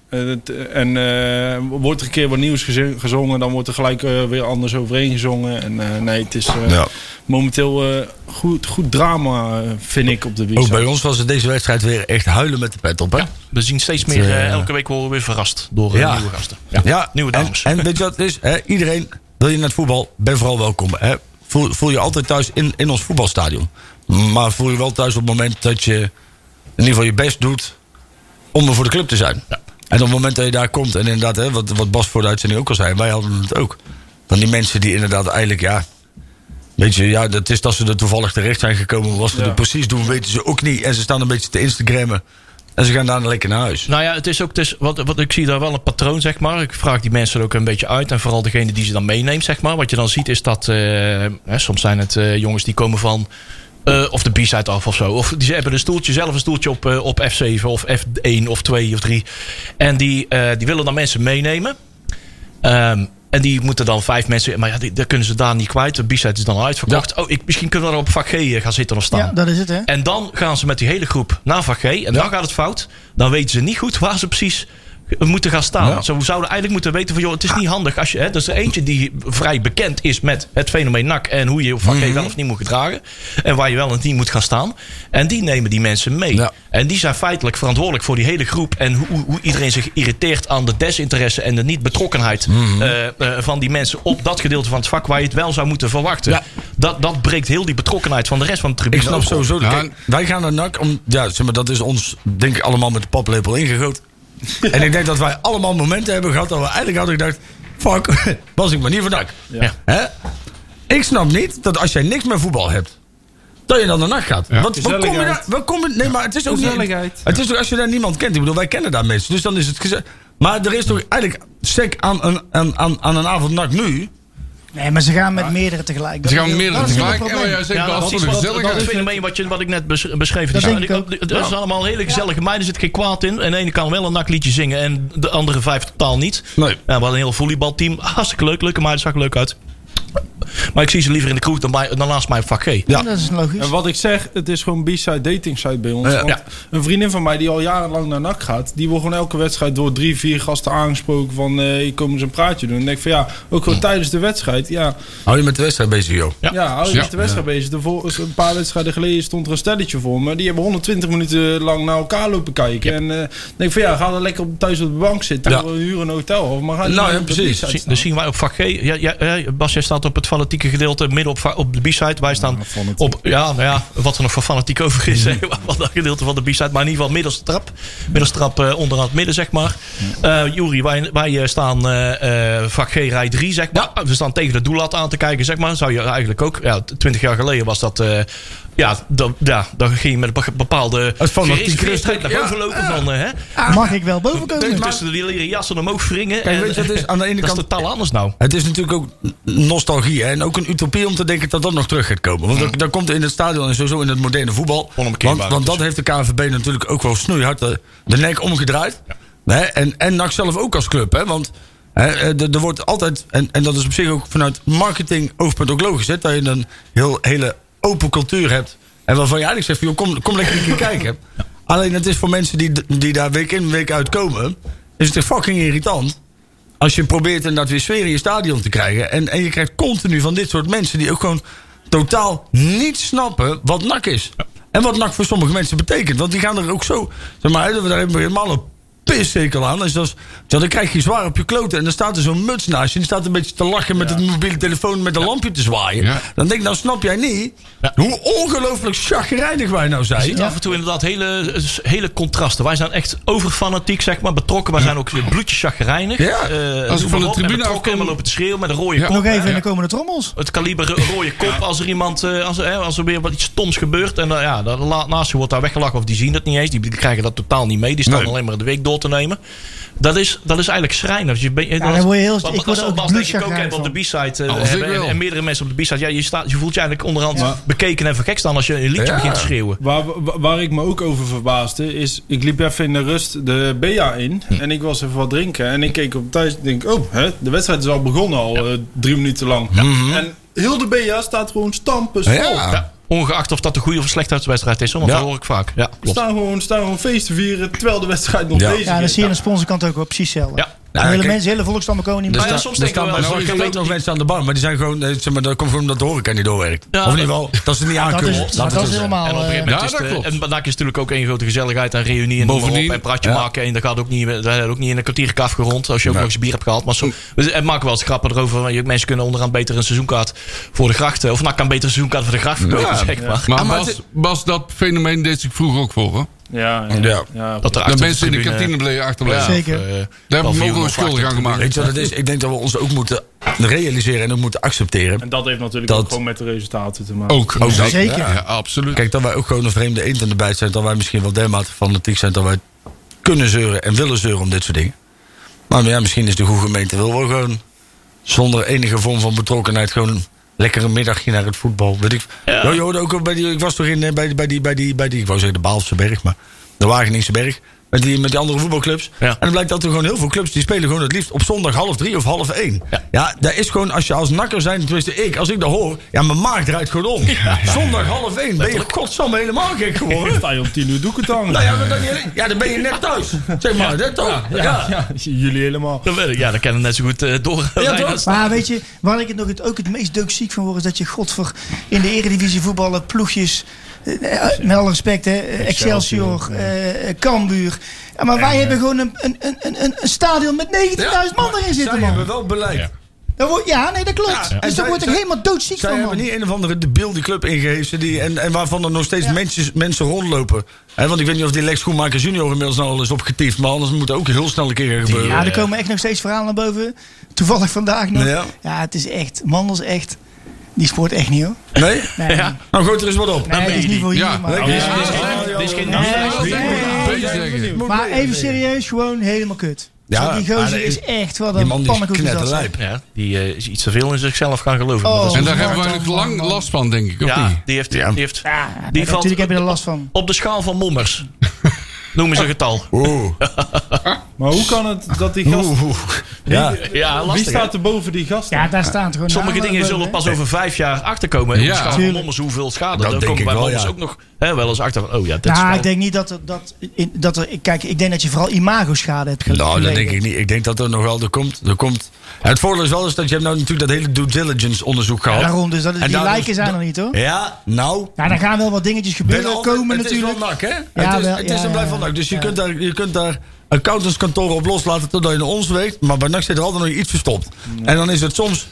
Wordt er een keer wat nieuws gezongen, dan wordt er gelijk weer anders overheen gezongen. En nee, het is Ja. momenteel goed drama, vind ik, op de Ook B-side. bij ons was het deze wedstrijd weer echt huilen met de pet op hè. We zien steeds meer, elke week worden we weer verrast door Ja. nieuwe gasten. Ja, nieuwe dames. En weet je wat het is? Hè? Iedereen, wil je naar het voetbal, ben vooral welkom. Hè? Voel je altijd thuis in ons voetbalstadion. Maar voel je wel thuis op het moment dat je in ieder geval je best doet om er voor de club te zijn. Ja. En op het moment dat je daar komt, en inderdaad, hè, wat Bas voor de uitzending ook al zei, wij hadden het ook. Dan die mensen die inderdaad eigenlijk, weet je, dat is dat ze er toevallig terecht zijn gekomen. Wat ze er precies doen, weten ze ook niet. En ze staan een beetje te Instagrammen. En ze gaan daarna lekker naar huis. Nou ja, het is ook, wat ik zie daar wel een patroon, zeg maar. Ik vraag die mensen er ook een beetje uit. En vooral degene die ze dan meeneemt, zeg maar. Wat je dan ziet is dat, soms zijn het jongens die komen van, of de B-side af of zo. Of die hebben zelf een stoeltje op F7 of F1 of 2 of 3. En die willen dan mensen meenemen. En die moeten dan 5 mensen... Maar ja, daar kunnen ze daar niet kwijt. De B-side is dan al uitverkocht. Ja. Misschien kunnen we daar op vak G gaan zitten of staan. Ja, dat is het, hè? En dan gaan ze met die hele groep naar vak G. En dan gaat het fout. Dan weten ze niet goed waar ze precies moeten gaan staan. Ja. Ze zouden eigenlijk moeten weten van... joh, het is niet handig als je... Hè, dus er eentje die vrij bekend is met het fenomeen NAC... en hoe je op vak G wel of niet moet gedragen. En waar je wel en niet moet gaan staan. En die nemen die mensen mee. Ja. En die zijn feitelijk verantwoordelijk voor die hele groep... en hoe iedereen zich irriteert aan de desinteresse... en de niet-betrokkenheid van die mensen... op dat gedeelte van het vak waar je het wel zou moeten verwachten. Ja. Dat breekt heel die betrokkenheid van de rest van de tribune. Ik snap ook op. sowieso. Ja. Kijk, wij gaan naar NAC om. Ja, zeg maar, dat is ons, denk ik, allemaal met de paplepel ingegoten. En ik denk dat wij allemaal momenten hebben gehad dat we eigenlijk hadden gedacht: fuck, was ik maar niet voor NAC. Ja. Hè? Ik snap niet dat als jij niks met voetbal hebt, dat je dan naar NAC gaat. Ja. Want waar kom je daar? Nee, maar het is ook niet. Gezelligheid. Het is toch als je daar niemand kent. Ik bedoel, wij kennen daar mensen. Dus dan is het gezellig. Maar er is toch eigenlijk sec aan een avond NAC nu. Nee, maar ze gaan met meerdere tegelijk. Ze gaan meerdere Dat is tegelijk. het En probleem. jij zegt, Ja, Bas, dat voor is de dat gezelligheid. fenomeen wat ik net beschreven Dat heb. denk ik ook. Het is allemaal hele gezellige meiden. Er zit geen kwaad in. En de ene kan wel een nakliedje zingen. En de andere 5 totaal niet. Nee. Ja, we hadden een heel volleybalteam. Hartstikke leuk. Leuke meiden. Zag er leuk uit. Maar ik zie ze liever in de kroeg dan naast mij op vak G. Ja, dat is logisch. En wat ik zeg, het is gewoon B-side dating site bij ons. Ja. Want een vriendin van mij die al jarenlang naar NAC gaat, die wordt gewoon elke wedstrijd door 3-4 gasten aangesproken van ik kom eens een praatje doen. En denk van ja, ook gewoon tijdens de wedstrijd. Ja, Hou je met de wedstrijd bezig, joh. hou je met de wedstrijd bezig. Een paar wedstrijden geleden stond er een stelletje voor me. Die hebben 120 minuten lang naar elkaar lopen kijken. En denk van ja, ga dan lekker thuis op de bank zitten. Ja. We huren een hotel. Of maar ga precies. Dus zien wij op vak G. Bas, jij staat op het fanatieke gedeelte midden op de B-side. Wij staan op, wat er nog van fanatiek over is. Wat dat gedeelte van de B-side. Maar in ieder geval middelste trap onderaan het midden, zeg maar. Juri, wij staan vak G rij 3, zeg maar. We staan tegen de doellat aan te kijken, zeg maar. Zou je eigenlijk ook, 20 jaar geleden was dat... dan ging je met een bepaalde gereserveerdheid naar boven lopen. Mag ik wel boven komen? Tussen die leren jassen omhoog wringen. Kijk, weet je, het is aan de ene dat kant is totaal anders nou. Het is natuurlijk ook nostalgie. Hè? En ook een utopie om te denken dat dat nog terug gaat komen. Want dat komt in het stadion en sowieso in het moderne voetbal. Want dat heeft de KNVB natuurlijk ook wel snoeihard de nek omgedraaid. Ja. Hè? En NAC zelf ook als club. Hè? Want er wordt altijd, en dat is op zich ook vanuit marketing oogpunt ook logisch. Hè? Dat je een hele open cultuur hebt. En waarvan je eigenlijk zegt, van, kom lekker een keer kijken. Ja. Alleen het is voor mensen die daar week in week uit komen, is het echt fucking irritant. Als je probeert inderdaad weer sfeer in je stadion te krijgen. En je krijgt continu van dit soort mensen die ook gewoon totaal niet snappen wat NAC is. Ja. En wat NAC voor sommige mensen betekent. Want die gaan er ook zo, zeg maar, daar hebben we helemaal een pissekel aan. Dus dan krijg je zwaar op je kloten. En dan staat er zo'n muts naast je. Die staat een beetje te lachen met het mobiele telefoon met een lampje te zwaaien. Ja. Dan denk ik, nou snap jij niet hoe ongelooflijk chagrijnig wij nou zijn. Je ziet af en toe inderdaad hele contrasten. Wij zijn echt overfanatiek, zeg maar, betrokken. Wij zijn ook bloedjes chagrijnig. Ja. Als we van de tribune afkomen, we lopen te schreeuwen met een rode kop. Nog even in de komende trommels. Het kaliber rode kop als er iemand, als er weer wat iets stoms gebeurt. En naast je wordt daar weggelachen of die zien het niet eens. Die krijgen dat totaal niet mee. Die staan alleen maar de week door te nemen. Dat is eigenlijk schrijnend. Dan word je heel... Ik word ook Bas, denk ik ook heb op de B-side en meerdere mensen op de B-side. Ja, je voelt je eigenlijk onderhand bekeken en vergekt staan als je een liedje begint te schreeuwen. Waar ik me ook over verbaasde is, ik liep even in de rust de BA in en ik was even wat drinken en ik keek op thuis en denk, de wedstrijd is al begonnen 3 minuten lang. Ja. En heel de BA staat gewoon stampens vol. Ja. Ongeacht of dat een goede of een slechte wedstrijd is, want dat hoor ik vaak. Ja, we staan gewoon feest te vieren terwijl de wedstrijd nog bezig is. Ja, dat zie je aan de sponsorkant ook wel precies hetzelfde. Ja. Hele volkstammen komen niet meer. Soms denk ik wel. Ik weet nog mensen aan de bar, maar die zijn gewoon, dat komt gewoon omdat de horeca niet doorwerkt. Ja, of in ieder geval, dat ze niet aankomen. Dat is helemaal. En op een gegeven moment en NAC is natuurlijk ook een grote gezelligheid en reunie en praatje maken. En dat gaat ook niet in een kwartier afgerond als je ook nog eens bier hebt gehaald. Maar we maken wel eens grappen erover. Mensen kunnen onderaan beter een seizoenkaart voor de grachten. Of NAC kan beter een seizoenkaart voor de gracht verkopen, zeg maar. Maar Bas, dat fenomeen deed ik vroeger ook voor, hoor. Ja. Dat mensen in de kantine bleven achterblijven. Zeker. Daar hebben we ook nog schuldig aan gemaakt. Weet je wat het is? Ik denk dat we ons ook moeten realiseren en ook moeten accepteren. En dat heeft natuurlijk ook gewoon met de resultaten te maken. Ook zeker. Ja, absoluut. Kijk, dat wij ook gewoon een vreemde eend in de bijt zijn. Dat wij misschien wel dermate fanatiek zijn dat wij kunnen zeuren en willen zeuren om dit soort dingen. Maar ja, misschien is de goede gemeente wil wel gewoon zonder enige vorm van betrokkenheid gewoon lekker een middagje naar het voetbal. Weet ik. Ja. Je hoorde ook ik was toch bij die, ik wou zeggen de Baalse berg, maar de Wageningse berg. Met die andere voetbalclubs. Ja. En dan blijkt dat er gewoon heel veel clubs die spelen gewoon het liefst op zondag 12:30 of 12:30. Ja, dat is gewoon, als je als nakker zijn, tenminste als ik dat hoor, mijn maag draait gewoon om. Ja. Zondag 12:30 ben je godsamme helemaal gek geworden. Sta je om 10 uur doeken te hangen. Nou dan ben je net thuis. Zeg maar, net toch? Ja, jullie helemaal. Dat kennen net zo goed door. Maar weet je, waar ik het ook het meest doodziek van word, is dat je in de Eredivisie voetballen ploegjes, met alle respect, Excelsior, Cambuur. Ja, maar wij hebben gewoon een stadion met 90.000 man erin zitten, man. Zij hebben wel beleid. Ja. Dat klopt. Ja. Dus daar word ik helemaal doodziek van, man. Zij hebben niet een of andere debiel die club ingeheven en waarvan er nog steeds mensen rondlopen. Want ik weet niet of die Lex Schoenmaker junior inmiddels nou al is opgetiefd, maar anders moet het ook heel snel een keer gebeuren. Ja, er komen echt nog steeds verhalen naar boven. Toevallig vandaag nog. Ja, het is echt, Mandels echt. Die sport echt niet, hoor. Nee? Ja. Nou, gooi er eens wat op. Nee, dat is niet voor hier. Maar even serieus, gewoon helemaal kut. Ja, die gozer is echt wat een pannenkoek. Die is iets te veel in zichzelf gaan geloven. En daar hebben we nog lang last van, denk ik. Natuurlijk heb je er last van. Op de schaal van mommers. Noem eens een getal. Maar hoe kan het dat die gast... Ja, lastig. Wie staat er boven die gasten? Ja, daar staan gewoon Sommige namen dingen boven, zullen hè. pas over 5 jaar achterkomen. Ja. Ja, schaal van Mommers hoeveel schade. Dat Dan denk komen ik bij wel, Mommers ja. ook nog wel eens achter van... Oh ja, dit is Nou, wel... ik denk niet dat er... Kijk, ik denk dat je vooral imago-schade hebt geleden. Nou, dat denk ik niet. Ik denk dat er nog wel... Er komt het voordeel is wel eens dat je hebt nou natuurlijk dat hele due diligence onderzoek gehad. Daarom, dus En die daar lijken is- zijn er niet, hoor. Ja, nou... Ja, dan gaan wel wat dingetjes gebeuren komen het natuurlijk. is wel nak, hè? Ja, het is een blijf van nak. Dus je kunt daar accountantskantoren op loslaten totdat je naar ons weet. Maar bij NAC zit er altijd nog iets verstopt. En dan is het soms...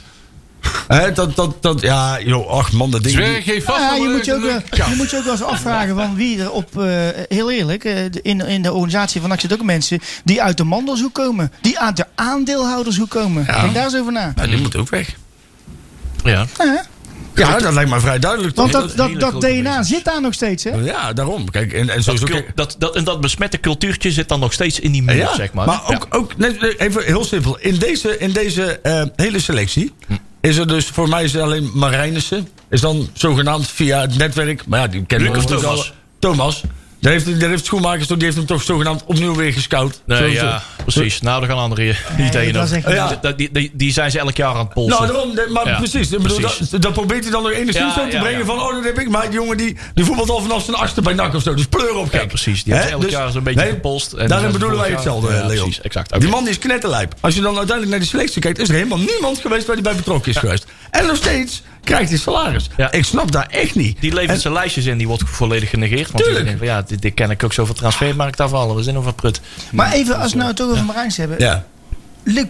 ja, joh, ach man, dat ding... Zwerg geeft vast Ja, wel je moet je een- ook wel eens afvragen van wie er op, heel eerlijk, in de organisatie van NAC zitten ook mensen die uit de mandelhoek komen. Die uit de aandeelhoudershoek komen. Denk daar eens over na. Nou, die moet ook weg. Ja. Ja, dat lijkt me vrij duidelijk. Want toch? dat DNA zit daar nog steeds, hè? Ja, daarom. Kijk, en sowieso... Dat besmette cultuurtje zit dan nog steeds in die muur, Ja, zeg maar. maar ook net, even heel simpel. In deze hele selectie is er dus, voor mij is er alleen Marijnissen. Is dan zogenaamd via het netwerk. Maar ja, die kennen we Lucas natuurlijk Thomas. al. Thomas. Daar heeft Schoenmakers, die heeft hem toch zogenaamd opnieuw weer gescout. Nee, ja, precies. Nou, daar gaan anderen niet Nee, tegen. dat is echt niet. Die zijn ze elk jaar aan het polsen. Nou, daarom, maar Ja, precies. Ik bedoel, precies. dat probeert hij dan nog enigszins Ja, zo te ja, brengen ja. van, oh, dat heb ik. Maar die jongen die voetbalt al vanaf zijn 8e bij NAC of zo. Dus pleur op, Ja, kijk. precies. Die hebben ze elk Dus- jaar zo'n beetje nee, gepolst. En daarin dan bedoelen wij vorig jaar- hetzelfde, ja, Leon. Precies, exact. Oké. Die man is knetterlijp. Als je dan uiteindelijk naar die selectie kijkt, is er helemaal niemand geweest waar hij bij betrokken is geweest. En nog steeds krijgt hij salaris. Ja. Ik snap daar echt niet. Die levert zijn lijstjes in, die wordt volledig genegeerd. Want Tuurlijk. die denken van, dit ken ik ook zoveel transfermarkt afvallen. We zijn over prut. Maar even, als we nou het toch over Marijns hebben. Ja. Luc,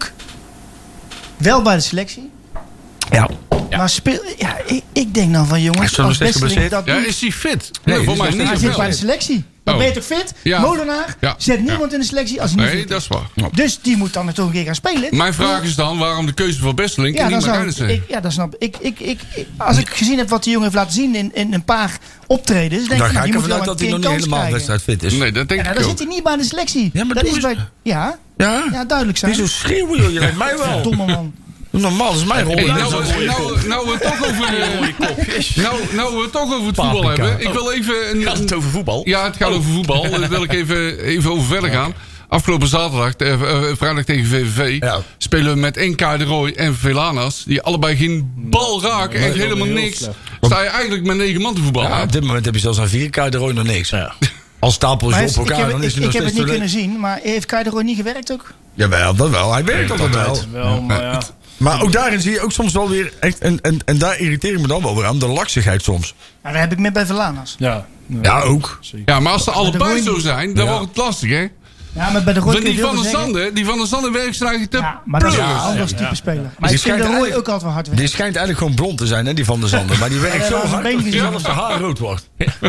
wel bij de selectie. Ja. Maar ik denk dan van Hij jongens, is zo nog als steeds Besseling geblesseerd. dat Ja, doet. is hij fit? Nee, Nee, voor dus mij hij niet. Hij zit bij de wel. selectie. Dan Oh. ben je toch fit? Ja. Molenaar Ja. zet niemand in de selectie als hij niet Nee, fit dat is. is waar. Dus die moet dan toch een keer gaan spelen. Mijn vraag is dan waarom de keuze voor Besseling Ja, en dan niet zou Marijnissen? ja, dat snap ik. Als ik gezien heb wat die jongen heeft laten zien in een paar optredens, denk Dan ik, ga nou, ik die ervan moet wel uit een dat hij keer nog een niet kans helemaal krijgen. wedstrijdfit is. Nee, dat denk Ja, ik dan ook. zit hij niet bij de selectie. Ja, maar dat doe is eens. bij, ja, Ja? duidelijk zijn. Niet zo schreeuwen, joh. Je lijkt mij wel. Domme man. Normaal, dat is mijn rol. Hey, Nou, nou we het toch over nou we het toch over het voetbal Paprika. hebben. Ik wil even Gaat het over voetbal? Ja, het gaat over voetbal. Daar wil ik even over verder gaan. Afgelopen zaterdag, vrijdag tegen VVV, Ja. spelen we met NK de Roy en Velanas. Die allebei geen bal raken, echt helemaal heel niks. slecht. Sta je eigenlijk met 9 man te voetballen. Ja, op dit moment heb je zelfs aan 4 keer de rooi nog niks. Ja. Als stapel Maar is op ik elkaar, heb, dan is hij ik nog heb het steeds niet te kunnen zien, maar heeft Kai de Roy niet gewerkt ook? Jawel, dat wel. Hij werkt altijd wel. Wel, maar ja. Maar ook daarin zie je ook soms wel weer echt... En daar irriteer ik me dan wel weer aan. De laksigheid soms. Nou, dat heb ik met bij Velanas. Ja. Ja, ook. Ja, maar als ze allebei Roy zo niet. zijn, dan Ja. wordt het lastig, hè? Ja, maar bij de Roy Want kun je die veel van der zeggen. Sande werkt ze eigenlijk te Ja, maar dat is een pleuren. anders type speler. Maar Die ik vind de schijnt Roy eigenlijk- ook altijd wel hard Die werken. schijnt eigenlijk gewoon blond te zijn, hè, die van der Zanden. Maar die werkt Ja, zo dat is een hard been dat gezien. zelfs zijn haar rood wordt.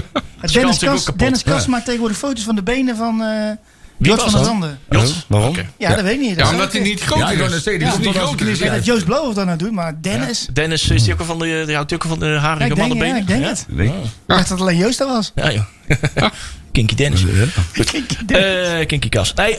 Dennis Kast maakt tegenwoordig foto's van de benen van Wie Joost was van der dat? Zanden. Jos? Waarom? Oké. Ja, dat weet ik niet. Ja, omdat hij niet groot Ja, ik wou is. net zeggen, die Ja, komt niet dan als groot een is. Ik weet dat Joost Blauw dat nou doet, maar Dennis... Dennis is die ook al van de, die houdt ook al van de Ja, harige ik denk, mannenbenen. ik denk het. Nee. Ik dacht dat alleen Joost dat was. Ja, joh. Kinky Dennis. Kinky Kas. Nee,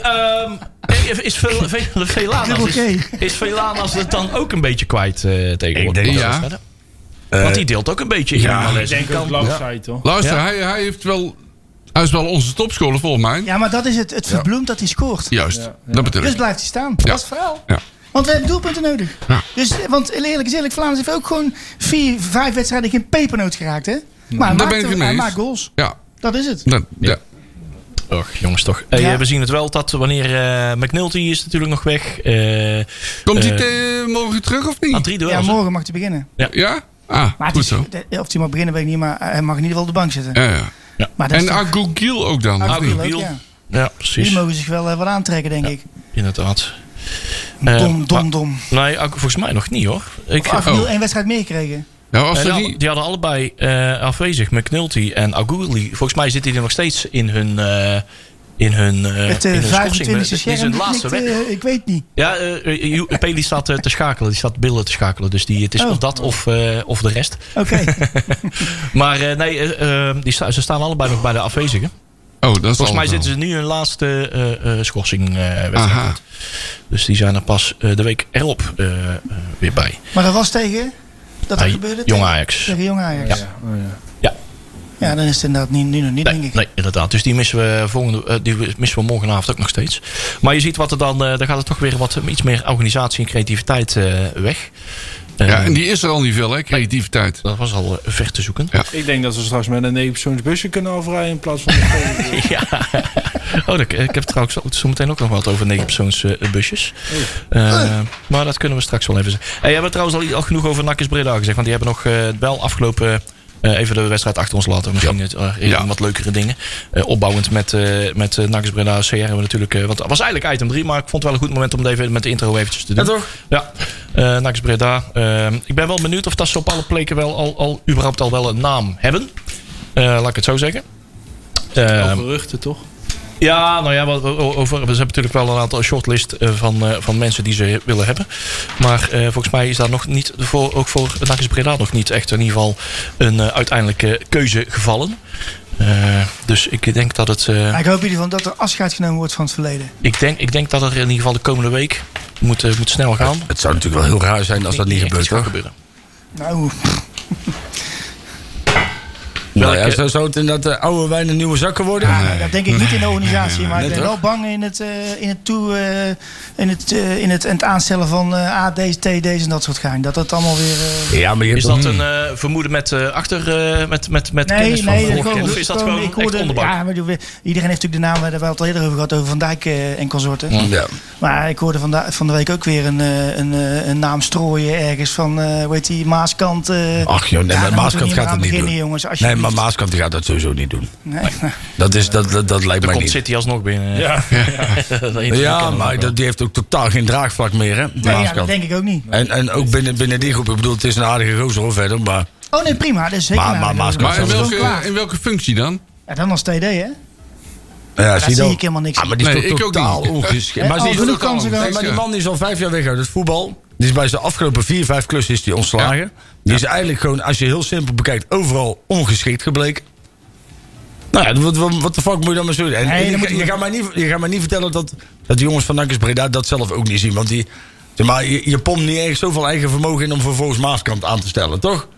is Velanas het dan ook een beetje kwijt tegenwoordig? Ik denk ja. wedstrijden? Want die deelt ook een beetje in ja, malaise. Ik denk ook langzij, toch? Luister, Ja. hij heeft wel... Hij is wel onze topscorer volgens mij. Ja, maar dat is het verbloemt dat hij scoort. Juist, Ja. dat bedoel Dus ik. blijft hij staan. Dat is het verhaal. Ja. Want we hebben doelpunten nodig. Ja. Dus, want eerlijk is eerlijk, Vlaanderen heeft ook gewoon 4-5 wedstrijden geen pepernoot geraakt, hè? Maar hij Daar maakt, ben ik het mee hij eens. maakt goals. Ja, Dat is het. ja. Och, jongens toch. Hey, Ja. we zien het wel dat wanneer McNulty is natuurlijk nog weg. Komt hij morgen terug of niet? Aan 3 Ja, duels. morgen mag hij beginnen. Ja? Ah, Maar het goed is, zo. of hij mag beginnen weet ik niet, maar hij mag in ieder geval op de bank zitten. Ja. Maar dat is En toch- Agogiel ook dan. Agogiel ook, Agogiel. ja. Ja, precies. Die mogen zich wel wat aantrekken, denk ik. Inderdaad. Dom. Nee, volgens mij nog niet hoor. Ik, Agogiel 1 wedstrijd meer gekregen. Ja, als er die, niet... die hadden allebei afwezig, McNulty en Agouli. Volgens mij zitten die nog steeds in hun Het in hun 25e schorsing. Dit is scherm. hun laatste wedstrijd. Ik weet niet. Ja, Peli staat te schakelen. Die staat billen te schakelen. Dus het is Oh. of dat of de rest. Oké. Maar ze staan allebei nog bij de afwezigen. Oh, dat is Volgens mij zitten ze nu hun laatste schorsing wedstrijd Aha. uit. Dus die zijn er pas de week erop weer bij. Maar dat was tegen... Dat Bij gebeurde Jong tegen- Ajax. Tegen Jong Ajax. Ja. Ja. Oh, ja. Ja. Ja, dan is het inderdaad nu nog niet, denk ik. Nee, inderdaad. Dus die missen we morgenavond ook nog steeds. Maar je ziet wat er dan gaat er toch weer iets meer organisatie en creativiteit weg. Ja, en die is er al niet veel, hè, creativiteit. Dat was al ver te zoeken. Ja. Ik denk dat we straks met een 9-persoonsbusje kunnen afrijden in plaats van de Ja. Ik heb trouwens zo meteen ook nog wat over 9-persoonsbusjes. Maar dat kunnen we straks wel even zeggen. Hey, hebben we trouwens al genoeg over NAC Breda gezegd? Want die hebben nog wel afgelopen... even de wedstrijd achter ons laten. Misschien wat leukere dingen. Opbouwend met NAC Breda CR hebben we natuurlijk... want het was eigenlijk item 3, maar ik vond het wel een goed moment om het even met de intro eventjes te doen. Ja, toch? Ja. NAC Breda. Ik ben wel benieuwd of dat ze op alle plekken wel überhaupt al wel een naam hebben. Laat ik het zo zeggen. geruchten, toch? Ja, nou ja, we hebben natuurlijk wel een aantal shortlist van mensen die ze willen hebben. Maar volgens mij is daar nog niet, ook voor NAC Breda nog niet echt in ieder geval een uiteindelijke keuze gevallen. Dus ik denk dat het... Ik hoop in ieder geval dat er afscheid genomen wordt van het verleden. Ik denk dat er in ieder geval de komende week moet snel gaan. Het zou natuurlijk wel heel raar zijn als dat niet gebeurt, toch? Nou... Nou ja, zou het inderdaad oude wijn en nieuwe zakken worden? Ja, dat denk ik niet in de organisatie. Maar ik ben wel bang in het aanstellen van AD's, TD's en dat soort gein. Dat het allemaal weer... Ja, maar is dat een vermoeden met kennis van vorige? Of is dat gewoon echt onderbouwd? Ja, maar iedereen heeft natuurlijk de namen, daar hebben we het al eerder over gehad, over Van Dijk en consorten. Ja. Maar ik hoorde van de week ook weer een naam strooien ergens van, hoe heet die, Maaskant. Ach joh, nee, maar Maaskant gaat het niet doen. Jongens, nee, maar Maaskant gaat dat sowieso niet doen. Nee. Dat lijkt mij niet. Dan komt City alsnog binnen. Ja, maar die heeft ook totaal geen draagvlak meer, hè? Nee, ja, dat denk ik ook niet. En ook binnen die groep, ik bedoel, het is een aardige gozer hoor verder, maar... Oh nee, prima, dat is zeker maar in welke functie dan? Ja, dan als TD, hè? Ja, daar zie ik helemaal niks maar die is toch totaal ongeschikt. Maar die man is al 5 jaar weg uit het voetbal. Die is bij zijn afgelopen 4-5 klussen is die ontslagen. Ja. Die is eigenlijk gewoon, als je heel simpel bekijkt, overal ongeschikt gebleken. Nou ja, wat de fuck moet je dan maar zo doen? En je gaat mij niet vertellen dat de jongens van NAC Breda dat zelf ook niet zien. Want je pompt niet ergens zoveel eigen vermogen in om vervolgens Maaskant aan te stellen, toch?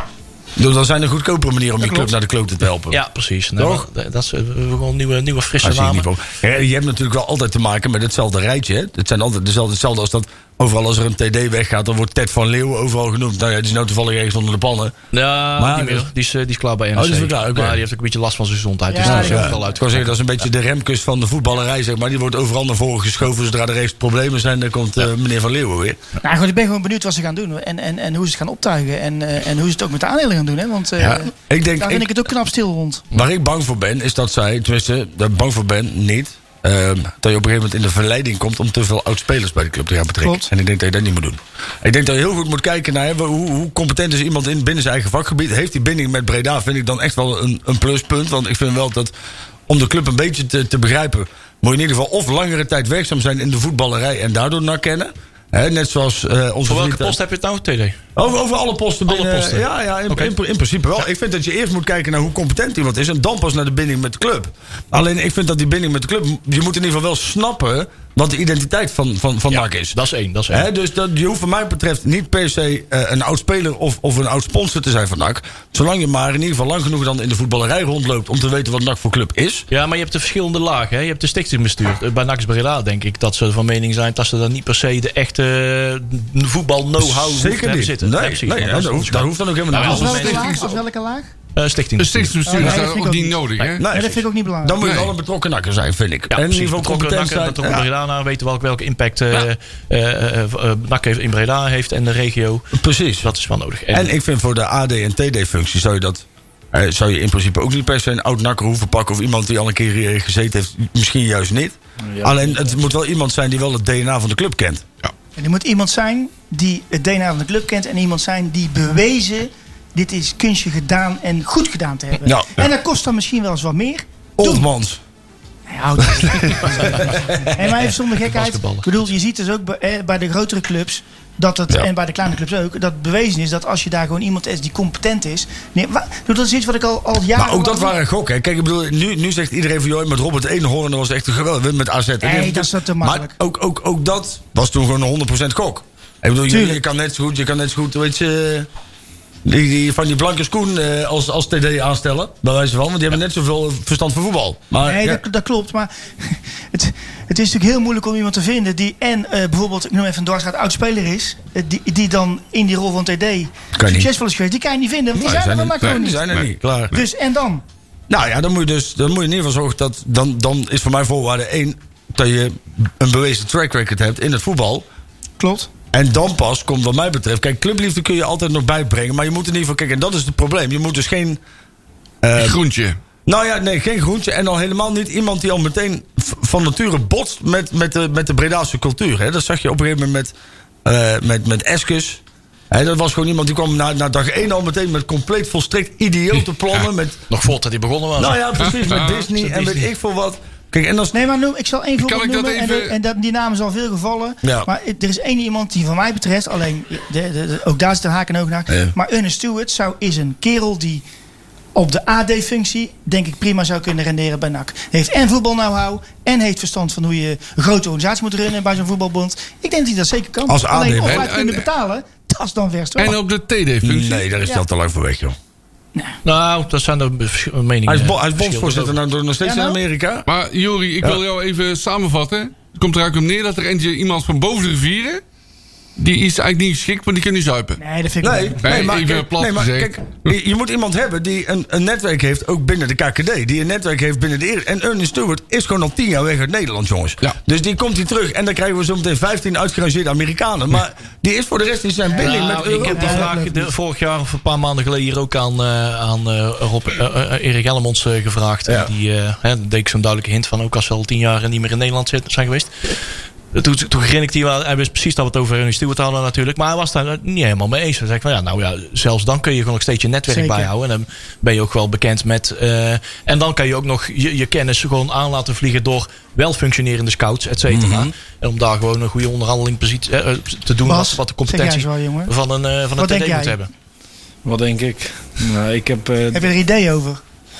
Dat zijn een goedkopere manier om je club naar de klote te helpen. Ja, precies. Toch? Dat is gewoon nieuwe frisse namen. Je hebt natuurlijk wel altijd te maken met hetzelfde rijtje. Hè? Het zijn altijd hetzelfde als dat... Overal als er een TD weggaat, dan wordt Ted van Leeuwen overal genoemd. Nou ja, die is nou toevallig ergens onder de pannen. Ja, maar niet meer. Die is klaar bij NEC. Die is klaar, okay. Maar die heeft ook een beetje last van zijn gezondheid. Ja, dus dat is wel uit. Ik kan zeggen, dat is een beetje de Remkes van de voetballerij, zeg maar. Die wordt overal naar voren geschoven. Zodra er echt problemen zijn, dan komt meneer Van Leeuwen weer. Nou goed, ik ben gewoon benieuwd wat ze gaan doen. En hoe ze het gaan optuigen. En hoe ze het ook met de aandelen gaan doen. Hè? Want daar vind ik het ook knap stil rond. Waar ik bang voor ben, is dat zij, tenminste, daar bang voor ben, niet... dat je op een gegeven moment in de verleiding komt om te veel oud-spelers bij de club te gaan betrekken. Klopt. En ik denk dat je dat niet moet doen. Ik denk dat je heel goed moet kijken naar hoe competent is iemand binnen zijn eigen vakgebied. Heeft die binding met Breda, vind ik dan echt wel een pluspunt. Want ik vind wel dat om de club een beetje te begrijpen, moet je in ieder geval of langere tijd werkzaam zijn in de voetballerij en daardoor NAC kennen. Net zoals onze voor welke post heb je het nou, TD? Over alle posten. Alle posten. Ja, in principe wel. Ik vind dat je eerst moet kijken naar hoe competent iemand is en dan pas naar de binding met de club. Alleen ik vind dat die binding met de club, je moet in ieder geval wel snappen wat de identiteit van NAC is. Dat is één. Dus je hoeft wat mij betreft niet per se een oud speler of een oud sponsor te zijn van NAC. Zolang je maar in ieder geval lang genoeg dan in de voetballerij rondloopt om te weten wat NAC voor club is. Ja, maar je hebt de verschillende lagen. Hè? Je hebt de stichtingbestuur. Bij NAC Breda denk ik dat ze van mening zijn dat ze dan niet per se de echte voetbal know-how hebben zitten. Daar hoeft dan ook helemaal niet. Als welke laag? Stichtingsbestuur is daar ook niet nodig, hè? Nee, dat vind ik ook niet belangrijk. Dan moet je wel een betrokken nakker zijn, vind ik. Ja, en in ieder geval competent zijn. Dat Breda weten welke impact NAC in Breda heeft en de regio. Precies. Dat is wel nodig. En ik vind voor de AD en TD-functie zou je in principe ook niet per se een oud nakker hoeven pakken of iemand die al een keer gezeten heeft. Misschien juist niet. Ja. Alleen het moet wel iemand zijn die wel het DNA van de club kent. Ja. En er moet iemand zijn die het DNA van de club kent en iemand zijn die bewezen dit is kunstje gedaan en goed gedaan te hebben. Ja. En dat kost dan misschien wel eens wat meer. Oldmans. Ja, maar even zonder gekheid. Ik bedoel, je ziet dus ook bij de grotere clubs en bij de kleine clubs ook, dat bewezen is dat als je daar gewoon iemand is die competent is. Nee, dat is iets wat ik al jaren. Maar ook dat waren gokken. Kijk, ik bedoel, nu zegt iedereen van joh, met Robert Eenhoorn was echt een geweldig met AZ. Nee, dat is te makkelijk. Maar ook dat was toen gewoon een 100% gok. Ik bedoel, je kan net zo goed, weet je. die van die blanke schoen als TD aanstellen. Bij wijze van, want die hebben net zoveel verstand van voetbal. Maar, Nee, dat klopt. Maar het is natuurlijk heel moeilijk om iemand te vinden die bijvoorbeeld, ik noem even een dwarsstraat, oud-speler is. Die dan in die rol van TD succesvol is geweest. Die kan je niet vinden. Want die zijn er maar gewoon die niet. zijn er niet, klaar. Dus en dan? Nou ja, dan moet je in ieder geval zorgen dat... Dan is voor mij voorwaarde 1... dat je een bewezen track record hebt in het voetbal. Klopt. En dan pas komt wat mij betreft... Kijk, clubliefde kun je altijd nog bijbrengen. Maar je moet in ieder geval... Kijk, en dat is het probleem. Je moet dus geen... Groentje. Nou ja, nee, geen groentje. En al helemaal niet iemand die al meteen van nature botst met de Bredaanse cultuur. Hè. Dat zag je op een gegeven moment met Eskes. Dat was gewoon iemand die kwam na dag 1 al meteen met compleet volstrekt idiote plannen. Met, Nog voordat hij begonnen was. nou ja, precies, met Disney en weet ik veel wat. Kijk, en dan Nee, maar ik zal één voorbeeld noemen. En die naam is al veel gevallen. Ja. Maar er is één iemand die van mij betreft... alleen, ook daar zit een haak en oog naar. Ja. Maar Ernest Stewart is een kerel die op de AD-functie... denk ik prima zou kunnen renderen bij NAC. Heeft en voetbal-know-how... en heeft verstand van hoe je een grote organisatie moet runnen... bij zo'n voetbalbond. Ik denk dat hij dat zeker kan. Als AD, alleen of en- wij het kunnen betalen... dat is dan verst. En op de TD-functie. Nee, daar is hij al te lang voor weg, joh. Nou, dat zijn de meningen. Hij is bondsvoorzitter nog steeds Ja, nou? in Amerika. Maar Jori, ik wil jou even samenvatten. Het komt er eigenlijk op neer dat er eentje iemand van boven de rivieren... die is eigenlijk niet geschikt, maar die kan niet zuipen. Nee, dat vind ik Nee, wel. Nee, maar, even kijk, plat nee, maar gezegd. kijk, je moet iemand hebben die een netwerk heeft, ook binnen de KKD. Die een netwerk heeft binnen de En Ernest Stewart is gewoon al 10 jaar weg uit Nederland, jongens. Ja. Dus die komt hier terug en dan krijgen we zo meteen 15 uitgerangeerde Amerikanen. Maar die is voor de rest in zijn binding met Nou, Europa. ik heb die vraag vorig jaar of een paar maanden geleden hier ook aan Erik Ellemons gevraagd. Ja. En die deed ik zo'n duidelijke hint van, ook als ze al 10 jaar niet meer in Nederland zijn geweest. Toen grinnikte hij wel. Hij wist precies dat we het over Ernest Stewart hadden natuurlijk. Maar hij was daar niet helemaal mee eens. Hij zei van ja, nou ja, zelfs dan kun je gewoon nog steeds je netwerk Zeker. bijhouden. En dan ben je ook wel bekend met... en dan kan je ook nog je kennis gewoon aan laten vliegen door wel functionerende scouts, et cetera. En om daar gewoon een goede onderhandelingpositie te doen. Bas, wat de zeg jij competentie eens wel, jongen. van een Wat denk TD jij? moet hebben. Wat denk ik? Nou, ik heb... Heb je er een idee over?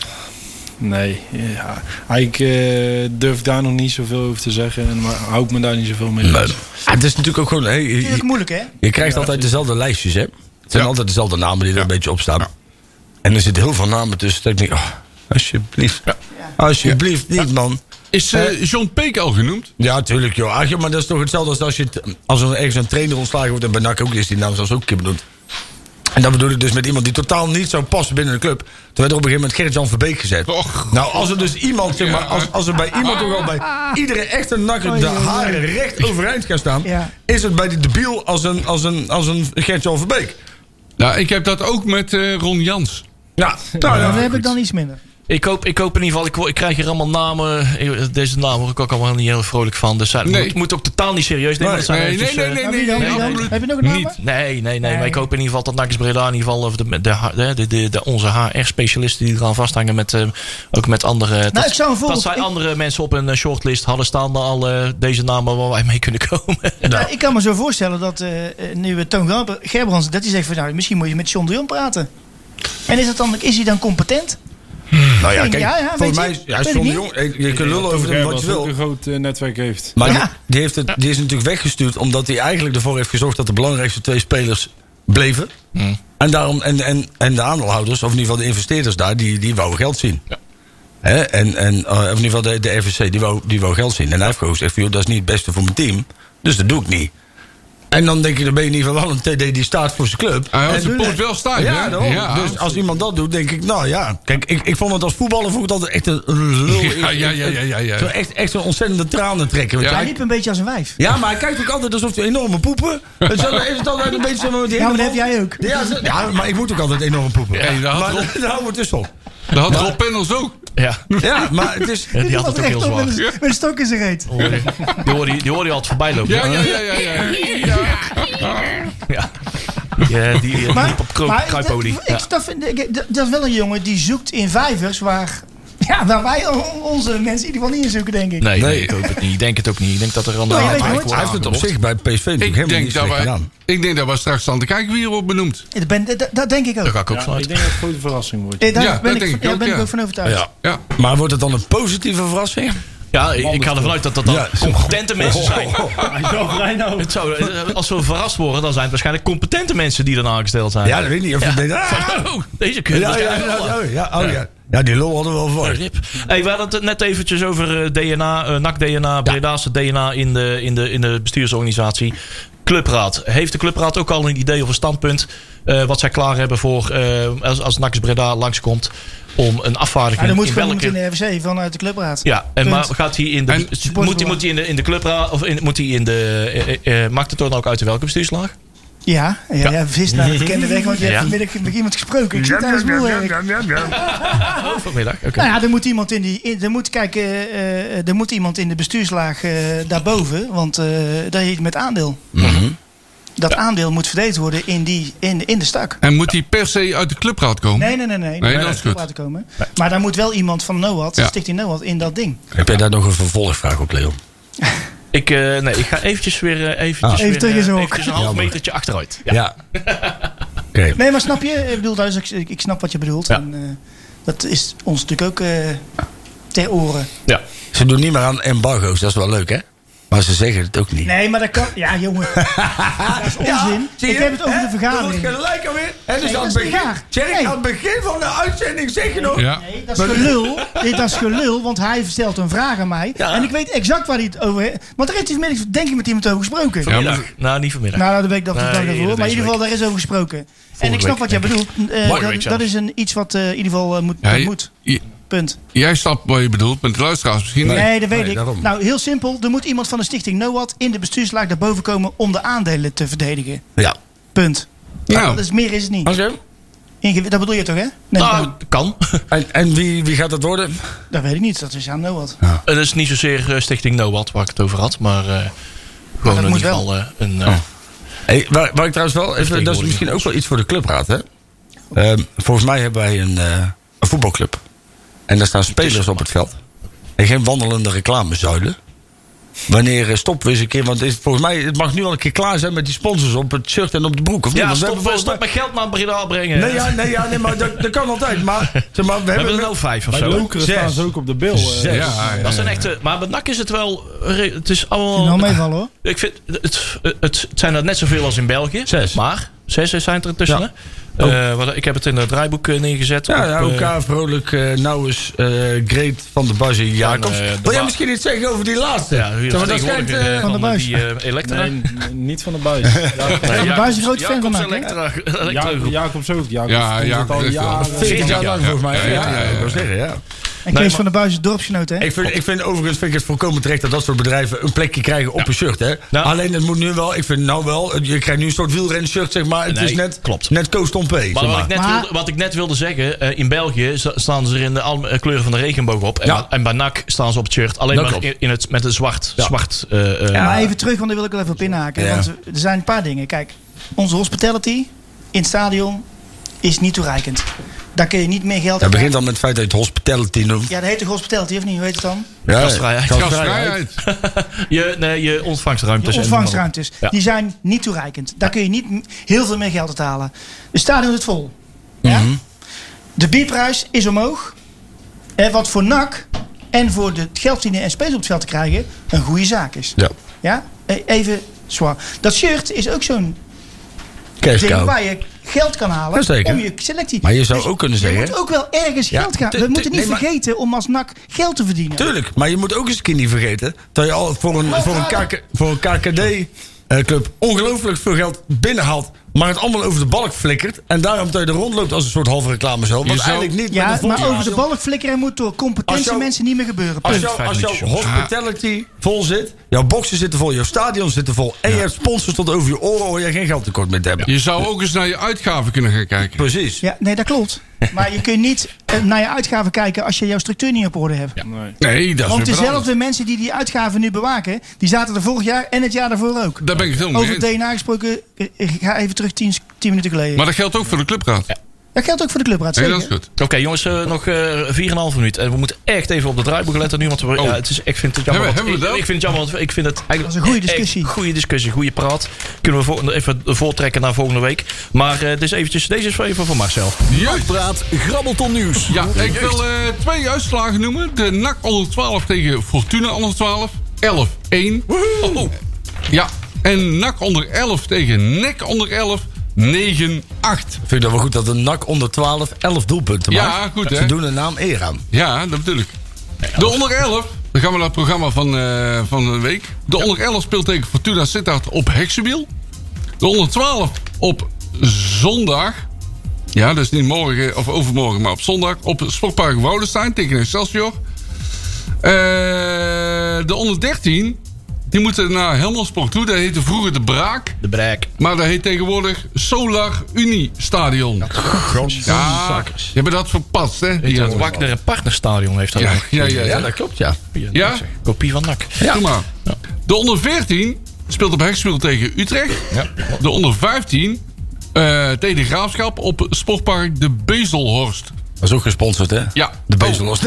Nee, ja, eigenlijk durf ik daar nog niet zoveel over te zeggen. Maar hou ik me daar niet zoveel mee bezig. Het is natuurlijk ook gewoon... Vind je het moeilijk, hè? Je krijgt altijd dezelfde lijstjes, hè? Het zijn altijd dezelfde namen die er een beetje op staan. En er zitten heel veel namen tussen. Dat ik denk, alsjeblieft. Alsjeblieft niet, man. Is John Peek al genoemd? Ja, tuurlijk, joh. Ach, joh, maar dat is toch hetzelfde als als er ergens een trainer ontslagen wordt. En bij NAC ook is die naam zelfs ook een keer benoemd. En dat bedoel ik dus met iemand die totaal niet zou passen binnen de club. Toen werd er op een gegeven moment Gerrit-Jan Verbeek gezet. Och. Nou, als er dus iemand, zeg maar, als er bij iemand toch al bij iedere echte nakker de haren recht overeind gaan staan, Ja. is het bij die debiel als een Gerrit-Jan Verbeek. Nou, ik heb dat ook met Ron Jans. Ja, Nou, dan heb ik dan iets minder. Ik hoop in ieder geval, ik krijg hier allemaal namen. Deze namen word ik ook allemaal niet heel vrolijk van. Dus Nee. moet ook totaal niet serieus nemen. Dat zijn Nee, eventjes, nee, Maar wie dan? Wie dan? absoluut Heb je nog een naam? niet. Nee, maar ik hoop in ieder geval dat NAC Breda in ieder geval of onze HR-specialisten die eraan vasthangen ook met andere. Nou, ik zou een dat voorbeeld... zij andere mensen op een shortlist hadden staan dan al deze namen waar wij mee kunnen komen. Nou, ik kan me zo voorstellen dat nu Toon Gerbrands dat hij zegt van nou, misschien moet je met John de Jong praten. En is hij dan competent? Nou ja, kijk, Ja, volgens weet mij je? is Weet ik John de niet. Jong, je kunt lullen over hem wat je ook wil. een groot netwerk heeft. Maar Ja. die is natuurlijk weggestuurd omdat hij eigenlijk ervoor heeft gezorgd dat de belangrijkste 2 spelers bleven. En daarom en de aandeelhouders, of in ieder geval de investeerders daar, die wouden geld zien. Ja. Hè? Of in ieder geval de RVC, die wou geld zien. En hij heeft gewoon gezegd, joh, dat is niet het beste voor mijn team. Dus dat doe ik niet. En dan denk je, dan ben je in ieder geval wel een TD die staat voor zijn club. Hij had En- zijn poot wel staan, ja, hè? daarom. Ja. Dus als iemand dat doet, denk ik, nou ja. Kijk, ik vond het als voetballer vond ik het altijd echt een lul. Ja. Zo echt zo'n ontzettende tranen trekken. weet je. Ja. Hij liep een beetje als een wijf. Ja, maar hij kijkt ook altijd alsof hij enorme poepen. Is het altijd een beetje zo met die Ja, maar dat hele heb jij ook. Ja, maar ik moet ook altijd enorm poepen. Hey, daar had maar Rob- daar houden we tussen op. Dat had Rob Pendels ook. Ja, Ja, maar het is... die had het ook heel zwaar. Met een stok in zijn reet. Die hoorde je altijd voorbij lopen. Ja. Ja, die liep op kruipolie. Ja. Dat is wel een jongen die zoekt in vijvers waar wij onze mensen in ieder geval niet in zoeken, denk ik. Nee, ik hoop het niet. Ik denk het ook niet. Ik denk dat er aan de Nee, hand weet je wordt nooit. Hij heeft het op zich bij PSV natuurlijk Ik helemaal denk, niet slecht gedaan. dat we straks staan te kijken wie er wordt benoemd. Dat denk ik Dat ook. ga ik ook Ja, vanuit. ik denk dat het een grote verrassing wordt. Daar Ja, ben dat denk ik ook, ik ja. ook van overtuigd. Ja. Ja. Maar wordt het dan een positieve verrassing? Ja, ik ga ervan uit dat dat dan competente mensen zijn. Het zou, als we verrast worden, dan zijn het waarschijnlijk competente mensen die dan aangesteld zijn. Ja, dat weet ik niet. Of je denkt, deze kunnen ja, die lol hadden we wel voor. Hey, we hadden het net eventjes over DNA, NAC-DNA, Breda's DNA in de bestuursorganisatie. Clubraad. Heeft de Clubraad ook al een idee of een standpunt wat zij klaar hebben voor als NAC Breda langskomt om een afvaardiging dan moet in gewoon welke... in de RVC vanuit de Clubraad. Ja, en maar gaat hij in de moet hij in de Clubraad of moet hij in de maakt het dan ook uit welke bestuurslaag? Ja, vis naar de bekende weg, want je hebt vanmiddag met iemand gesproken. Ik zit thuis moeilijk. Vanmiddag, oké. Nou ja, er moet iemand er moet iemand in de bestuurslaag daarboven, want daar heeft met aandeel. Mm-hmm. Dat aandeel moet verdeeld worden in de stak. En moet die per se uit de clubraad komen? Nee, dat is goed. laten komen. Maar daar moet wel iemand van NOAD, Stichting NOAD, in dat ding. Heb jij daar nog een vervolgvraag op, Leon? Ik ga eventjes weer een half metertje achteruit. Ja. Okay. Nee, maar snap je? Ik bedoel, ik snap wat je bedoelt. Ja. En, dat is ons natuurlijk ook ter oren. Ja. Ze doen niet meer aan embargo's, dat is wel leuk, hè? Maar ze zeggen het ook niet. Nee, maar dat kan... Ja, jongen. Dat is onzin. Ik heb het over de vergadering. Dat wordt gelijk alweer. En dus aan het begin van de uitzending zeg je nog... Ja. Nee, dat is gelul. Dat is gelul, want hij stelt een vraag aan mij. Ja. En ik weet exact waar hij het over heeft. Want daar heeft hij vanmiddag, denk ik, met iemand over gesproken. Vanmiddag. Nou, niet vanmiddag. Nou, dat weet ik dat ik daarvoor. Maar in ieder geval, daar is over gesproken. En ik snap wat jij bedoelt. Dat is iets wat in ieder geval moet. Punt. Jij snapt wat je bedoelt, met de luisteraars misschien niet. Nee, dat weet ik. Daarom. Nou, heel simpel. Er moet iemand van de stichting NOAD in de bestuurslaag daarboven komen om de aandelen te verdedigen. Ja. Punt. Nou. Dus meer is het niet. Okay. Dat bedoel je toch, hè? Nee, kan. En wie gaat dat worden? Dat weet ik niet. Dat is aan NOAD. Ja. Het is niet zozeer Stichting NOAD waar ik het over had, maar gewoon in ieder geval een... Hey, waar ik trouwens wel even... Dat is misschien ook wel iets voor de clubraad, hè? Volgens mij hebben wij een voetbalclub. En daar staan spelers op het veld. En geen wandelende reclamezuilen. Wanneer stoppen we eens een keer? Want volgens mij, het mag nu al een keer klaar zijn met die sponsors op het shirt en op de broek. Of niet? Ja, stop met geld naar Breda brengen. Nee, maar dat kan altijd. Maar, zeg maar we hebben er nou 5 of zo. Bij Lokeren staan ze ook op de bil. Dat zijn echt... Maar bij NAC is het wel... Het is allemaal... Nou meevallen, hoor. Ik vind... Het zijn er net zoveel als in België. 6. Maar 6 zijn er tussen. Ja. Ik heb het in het draaiboek neergezet. Ja, OK, Vrolijk, Nouwes, Greet van der Buizen, Jacobs. Wil jij misschien iets zeggen over die laatste? Ja, dat schijnt van der Buis. Elektra. Nee, niet van der Buis. Van der Buis is een groot fan van NAC. Jacobs ook. Jacobs 40 jaar lang volgens mij. Ja, ik wil zeggen, ja. En Kees van der Buis is dorpsgenoot, hè? Ik vind overigens het volkomen terecht dat soort bedrijven een plekje krijgen op een shirt, hè? Nou. Alleen het moet nu wel, ik vind nou wel, je krijgt nu een soort wielrenshirt, zeg maar. Het is net Koos Tompé. Maar wat ik net wilde zeggen, in België staan ze er in de kleuren van de regenboog op. En bij NAC staan ze op het shirt alleen maar met een zwart. Maar even terug, want daar wil ik wel even op inhaken. Ja. Want er zijn een paar dingen. Kijk, onze hospitality in het stadion is niet toereikend. Daar kun je niet meer geld aan. Dat begint dan met het feit dat je het hospitality noemt. Ja, dat heet toch hospitality, of niet? Hoe heet het dan? Ja, gastvrijheid. Je ontvangstruimtes. Je ontvangstruimtes. Ja. Die zijn niet toereikend. Daar kun je niet heel veel meer geld uit halen. Het stadion zit vol. Ja? Mm-hmm. De bierprijs is omhoog. Wat voor NAC en voor de geldverdienen en spelers op het veld te krijgen een goede zaak is. Ja? Even zwaar. Dat shirt is ook zo'n ding waar je geld kan halen om je selectie. Maar je zou ook kunnen zeggen... Je moet ook wel ergens geld gaan. We moeten niet vergeten om als NAC geld te verdienen. Tuurlijk, maar je moet ook eens een keer niet vergeten dat je al voor een KKD-club ongelooflijk veel geld binnenhaalt, maar het allemaal over de balk flikkert en daarom dat je er rondloopt als een soort halve reclame zo. Wat eigenlijk niet. Ja, maar over de balk flikkeren moet door competente mensen niet meer gebeuren. Als jouw hospitality vol zit, jouw boxen zitten vol, jouw stadions zitten vol en je hebt sponsors tot over je oren, hoor je geen geldtekort meer te hebben. Je zou ook eens naar je uitgaven kunnen gaan kijken. Precies. Ja, nee, dat klopt. Maar je kunt niet naar je uitgaven kijken als je jouw structuur niet op orde hebt. Ja. Nee, dat is want dezelfde mensen die uitgaven nu bewaken, die zaten er vorig jaar en het jaar daarvoor ook. Daar ben ik het helemaal over DNA gesproken, ik ga even terug 10 minuten geleden. Maar dat geldt ook voor de clubraad. Dat geldt ook voor de clubraad, Nee, zeker. dat is goed. Oké, jongens, nog 4,5 minuten. En we moeten echt even op de draaiboek letten nu. Want ik vind het jammer. Hebben we dat? Ik vind het jammer, want ik vind het eigenlijk Dat is een goede discussie. Goede discussie, goede praat. Kunnen we even voortrekken naar volgende week. Maar deze is even voor Marcel. Juist. Praat Grabbelton nieuws. Ja, ik wil 2 uitslagen noemen. De NAC onder 12 tegen Fortuna onder 12. 11-1. Oh. Ja, en NAC onder 11 tegen NEC onder 11. 9-8. Vind je dat wel goed dat een NAC onder 12 11 doelpunten maakt? Ja, goed hè. Ze doen een naam eer aan. Ja, dat bedoel ik. De onder 11, dan gaan we naar het programma van de week. De onder 11 speelt tegen Fortuna Sittard op Heksenwiel. De onder 12 op zondag. Ja, dus niet morgen of overmorgen, maar op zondag. Op Sportpark Woudenstein tegen Excelsior. De onder 13, die moeten naar Helmelsport toe. Dat heette vroeger de Braak. De Braak. Maar dat heet tegenwoordig Solar Unie Stadion. Ja, je hebt dat verpast, hè? Het Wagner en Partnerstadion heeft dat. Ja, nog. Ja, dat klopt, ja. Ja? Kopie van NAC. Doe maar. De onder 14 speelt op Heksenwiel tegen Utrecht. Ja. De onder 15 tegen de Graafschap op Sportpark de Bezelhorst. Dat is ook gesponsord, hè? Ja. De Bezelhorst.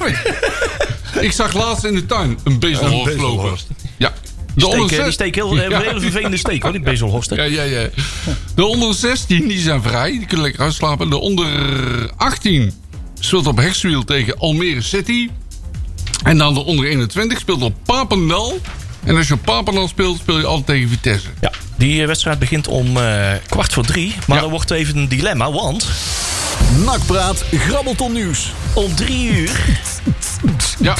Ik zag laatst in de tuin een Bezelhorst lopen. Ja. Die steek heel een hele vervelende steek, hoor, die Bezelhorst. Ja. De onder 16 die zijn vrij. Die kunnen lekker uitslapen. De onder 18 speelt op Heksenwiel tegen Almere City. En dan de onder 21 speelt op Papendal. En als je op Papendal speelt, speel je altijd tegen Vitesse. Ja, die wedstrijd begint om 2:15. Maar Ja. er wordt even een dilemma, want NAC Praat Grabbelton nieuws. om 3:00... Ja.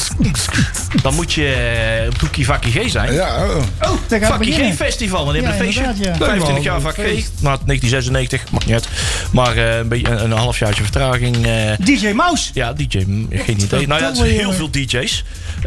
Dan moet je op Toekie Vakkie G zijn. Ja, Oh, daar gaat het Vakkie beginnen. G Festival, want die hebben een Ja, feestje. inderdaad, ja. 25 jaar Vakkie G. Na 1996, maakt niet uit. Maar een beetje een halfjaartje vertraging. DJ Mouse. Ja, DJ, geen idee. Nou ja, het zijn heel veel DJ's.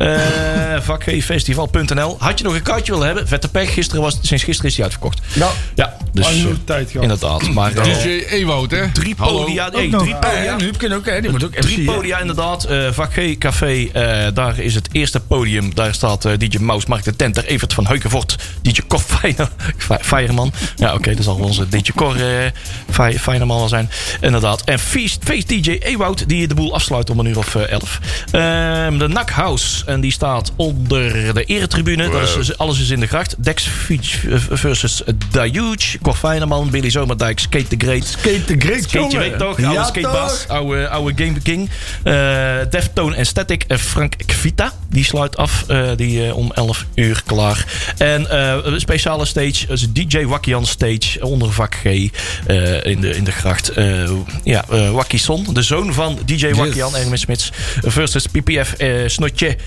Vakgfestival.nl. Had je nog een kaartje willen hebben? Vette pech. Sinds gisteren is die uitverkocht. Nou, Ja, dus tijd gehad. inderdaad. Maar DJ Ewout, hè? 3 podia. Nee, nog. 3 podia. en Huub kan ook, hè? Die moet ook 3 MC, hè? podia inderdaad. Vak G Café, daar is het eerste podium. Daar staat DJ Maus, Mark de Tenter, Evert van Heukenvoort, DJ Cor Feierman. Ja, oké, dat zal wel onze DJ Cor Feierman wel zijn. Inderdaad. En Feest DJ Ewout, die de boel afsluit om 11:00. De NAC House, en die staat onder de eretribune. Dat is, alles is in de gracht. Dex versus Dajuge, Cor Feierman, Billy Zomerdijk, Skate the Great. Skate the Great, Skate, je weet toch? Oude skatebaas. Oude Game King. Deftone en Static. Frank Kvita. Die sluit af. Die om 11:00 klaar. En een speciale stage. Dus DJ Wakkian stage. Onder vak G. In de gracht. Wakkison. De zoon van DJ Wakkian. Erwin Smits. Versus PPF. Snotje.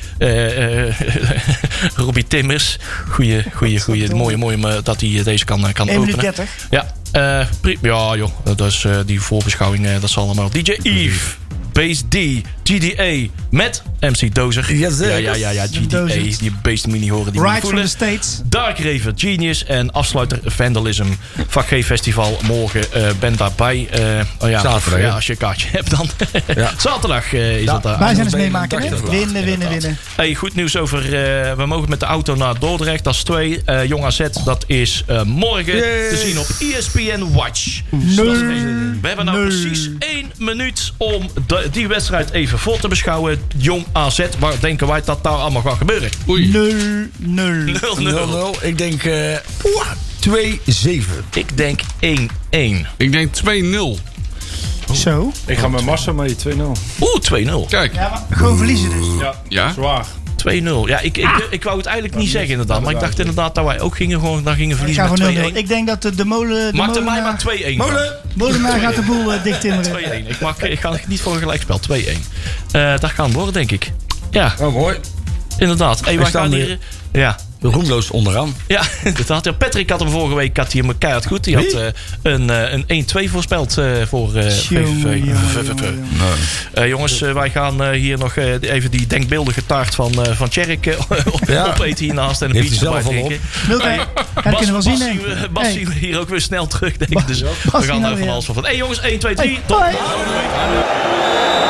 Robbie Timmers. Goeie. Mooie dat hij deze kan 1 minuut openen. 30. Ja, ja joh, dat is die voorbeschouwing, dat zal allemaal. DJ Eve, Base D, GDA met MC Dozer. Ja, zeker. Ja, GDA, Dozer. die Beast Mini horen die Right niet from the voelen. States. Dark Raven, Genius en afsluiter Vandalism. Vak G Festival, morgen ben daarbij. Zaterdag, ja, als je een kaartje hebt dan. Ja. Zaterdag is dat daar. Wij zijn eens ben je meemaken. een hè? dag Winnen. Hey, goed nieuws over... we mogen met de auto naar Dordrecht. Dat is 2. Jong AZ, dat is morgen te zien op ESPN Watch. We hebben nou precies 1 minuut om die wedstrijd even voor te beschouwen. Jong AZ, waar denken wij dat daar allemaal gaat gebeuren? Oei. 0-0. 0-0. 0-0. Ik denk 2-7. Ik denk 1-1. Ik denk 2-0. Zo. Ik ga met Massa mee, 2-0. Oeh, 2-0. Kijk. Ja, maar gewoon verliezen dus. Ja? Zwaar. 2-0. Ja, ik wou het eigenlijk niet zeggen inderdaad. Maar ik dacht inderdaad dat wij ook gingen Ik verliezen ga voor 0-0. met 2-1. Ik denk dat de molen... Maak er mij maar 2-1. Molenaar gaat de boel dicht timmeren. 2-1. Ik ga niet voor een gelijkspel. 2-1. Dat gaan worden, denk ik. Ja, Oh, mooi. inderdaad. Hey, wij staan gaan weer- hier... Ja. Roemloos onderaan. Ja, inderdaad. Ja, Patrick had hem vorige week hem keihard goed. Die had een 1-2 voorspeld voor VVV. Jongens, wij gaan hier nog even die denkbeeldige taart van Tjerk opeten hiernaast. En een Heeft biertje hij zelf erbij al op. drinken. Milka, heb je er wel zin in? Bas zien we hier ook weer snel terug, denk ik. Dus we gaan nou er van weer. alles van. Hey jongens, 1, 2, 3. Tot Hoi. volgende week.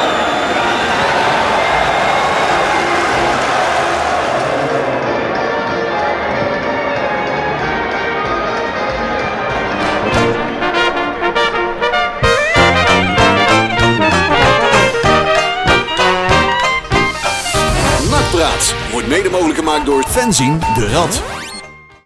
Mede mogelijk gemaakt door Fenzien de Rad.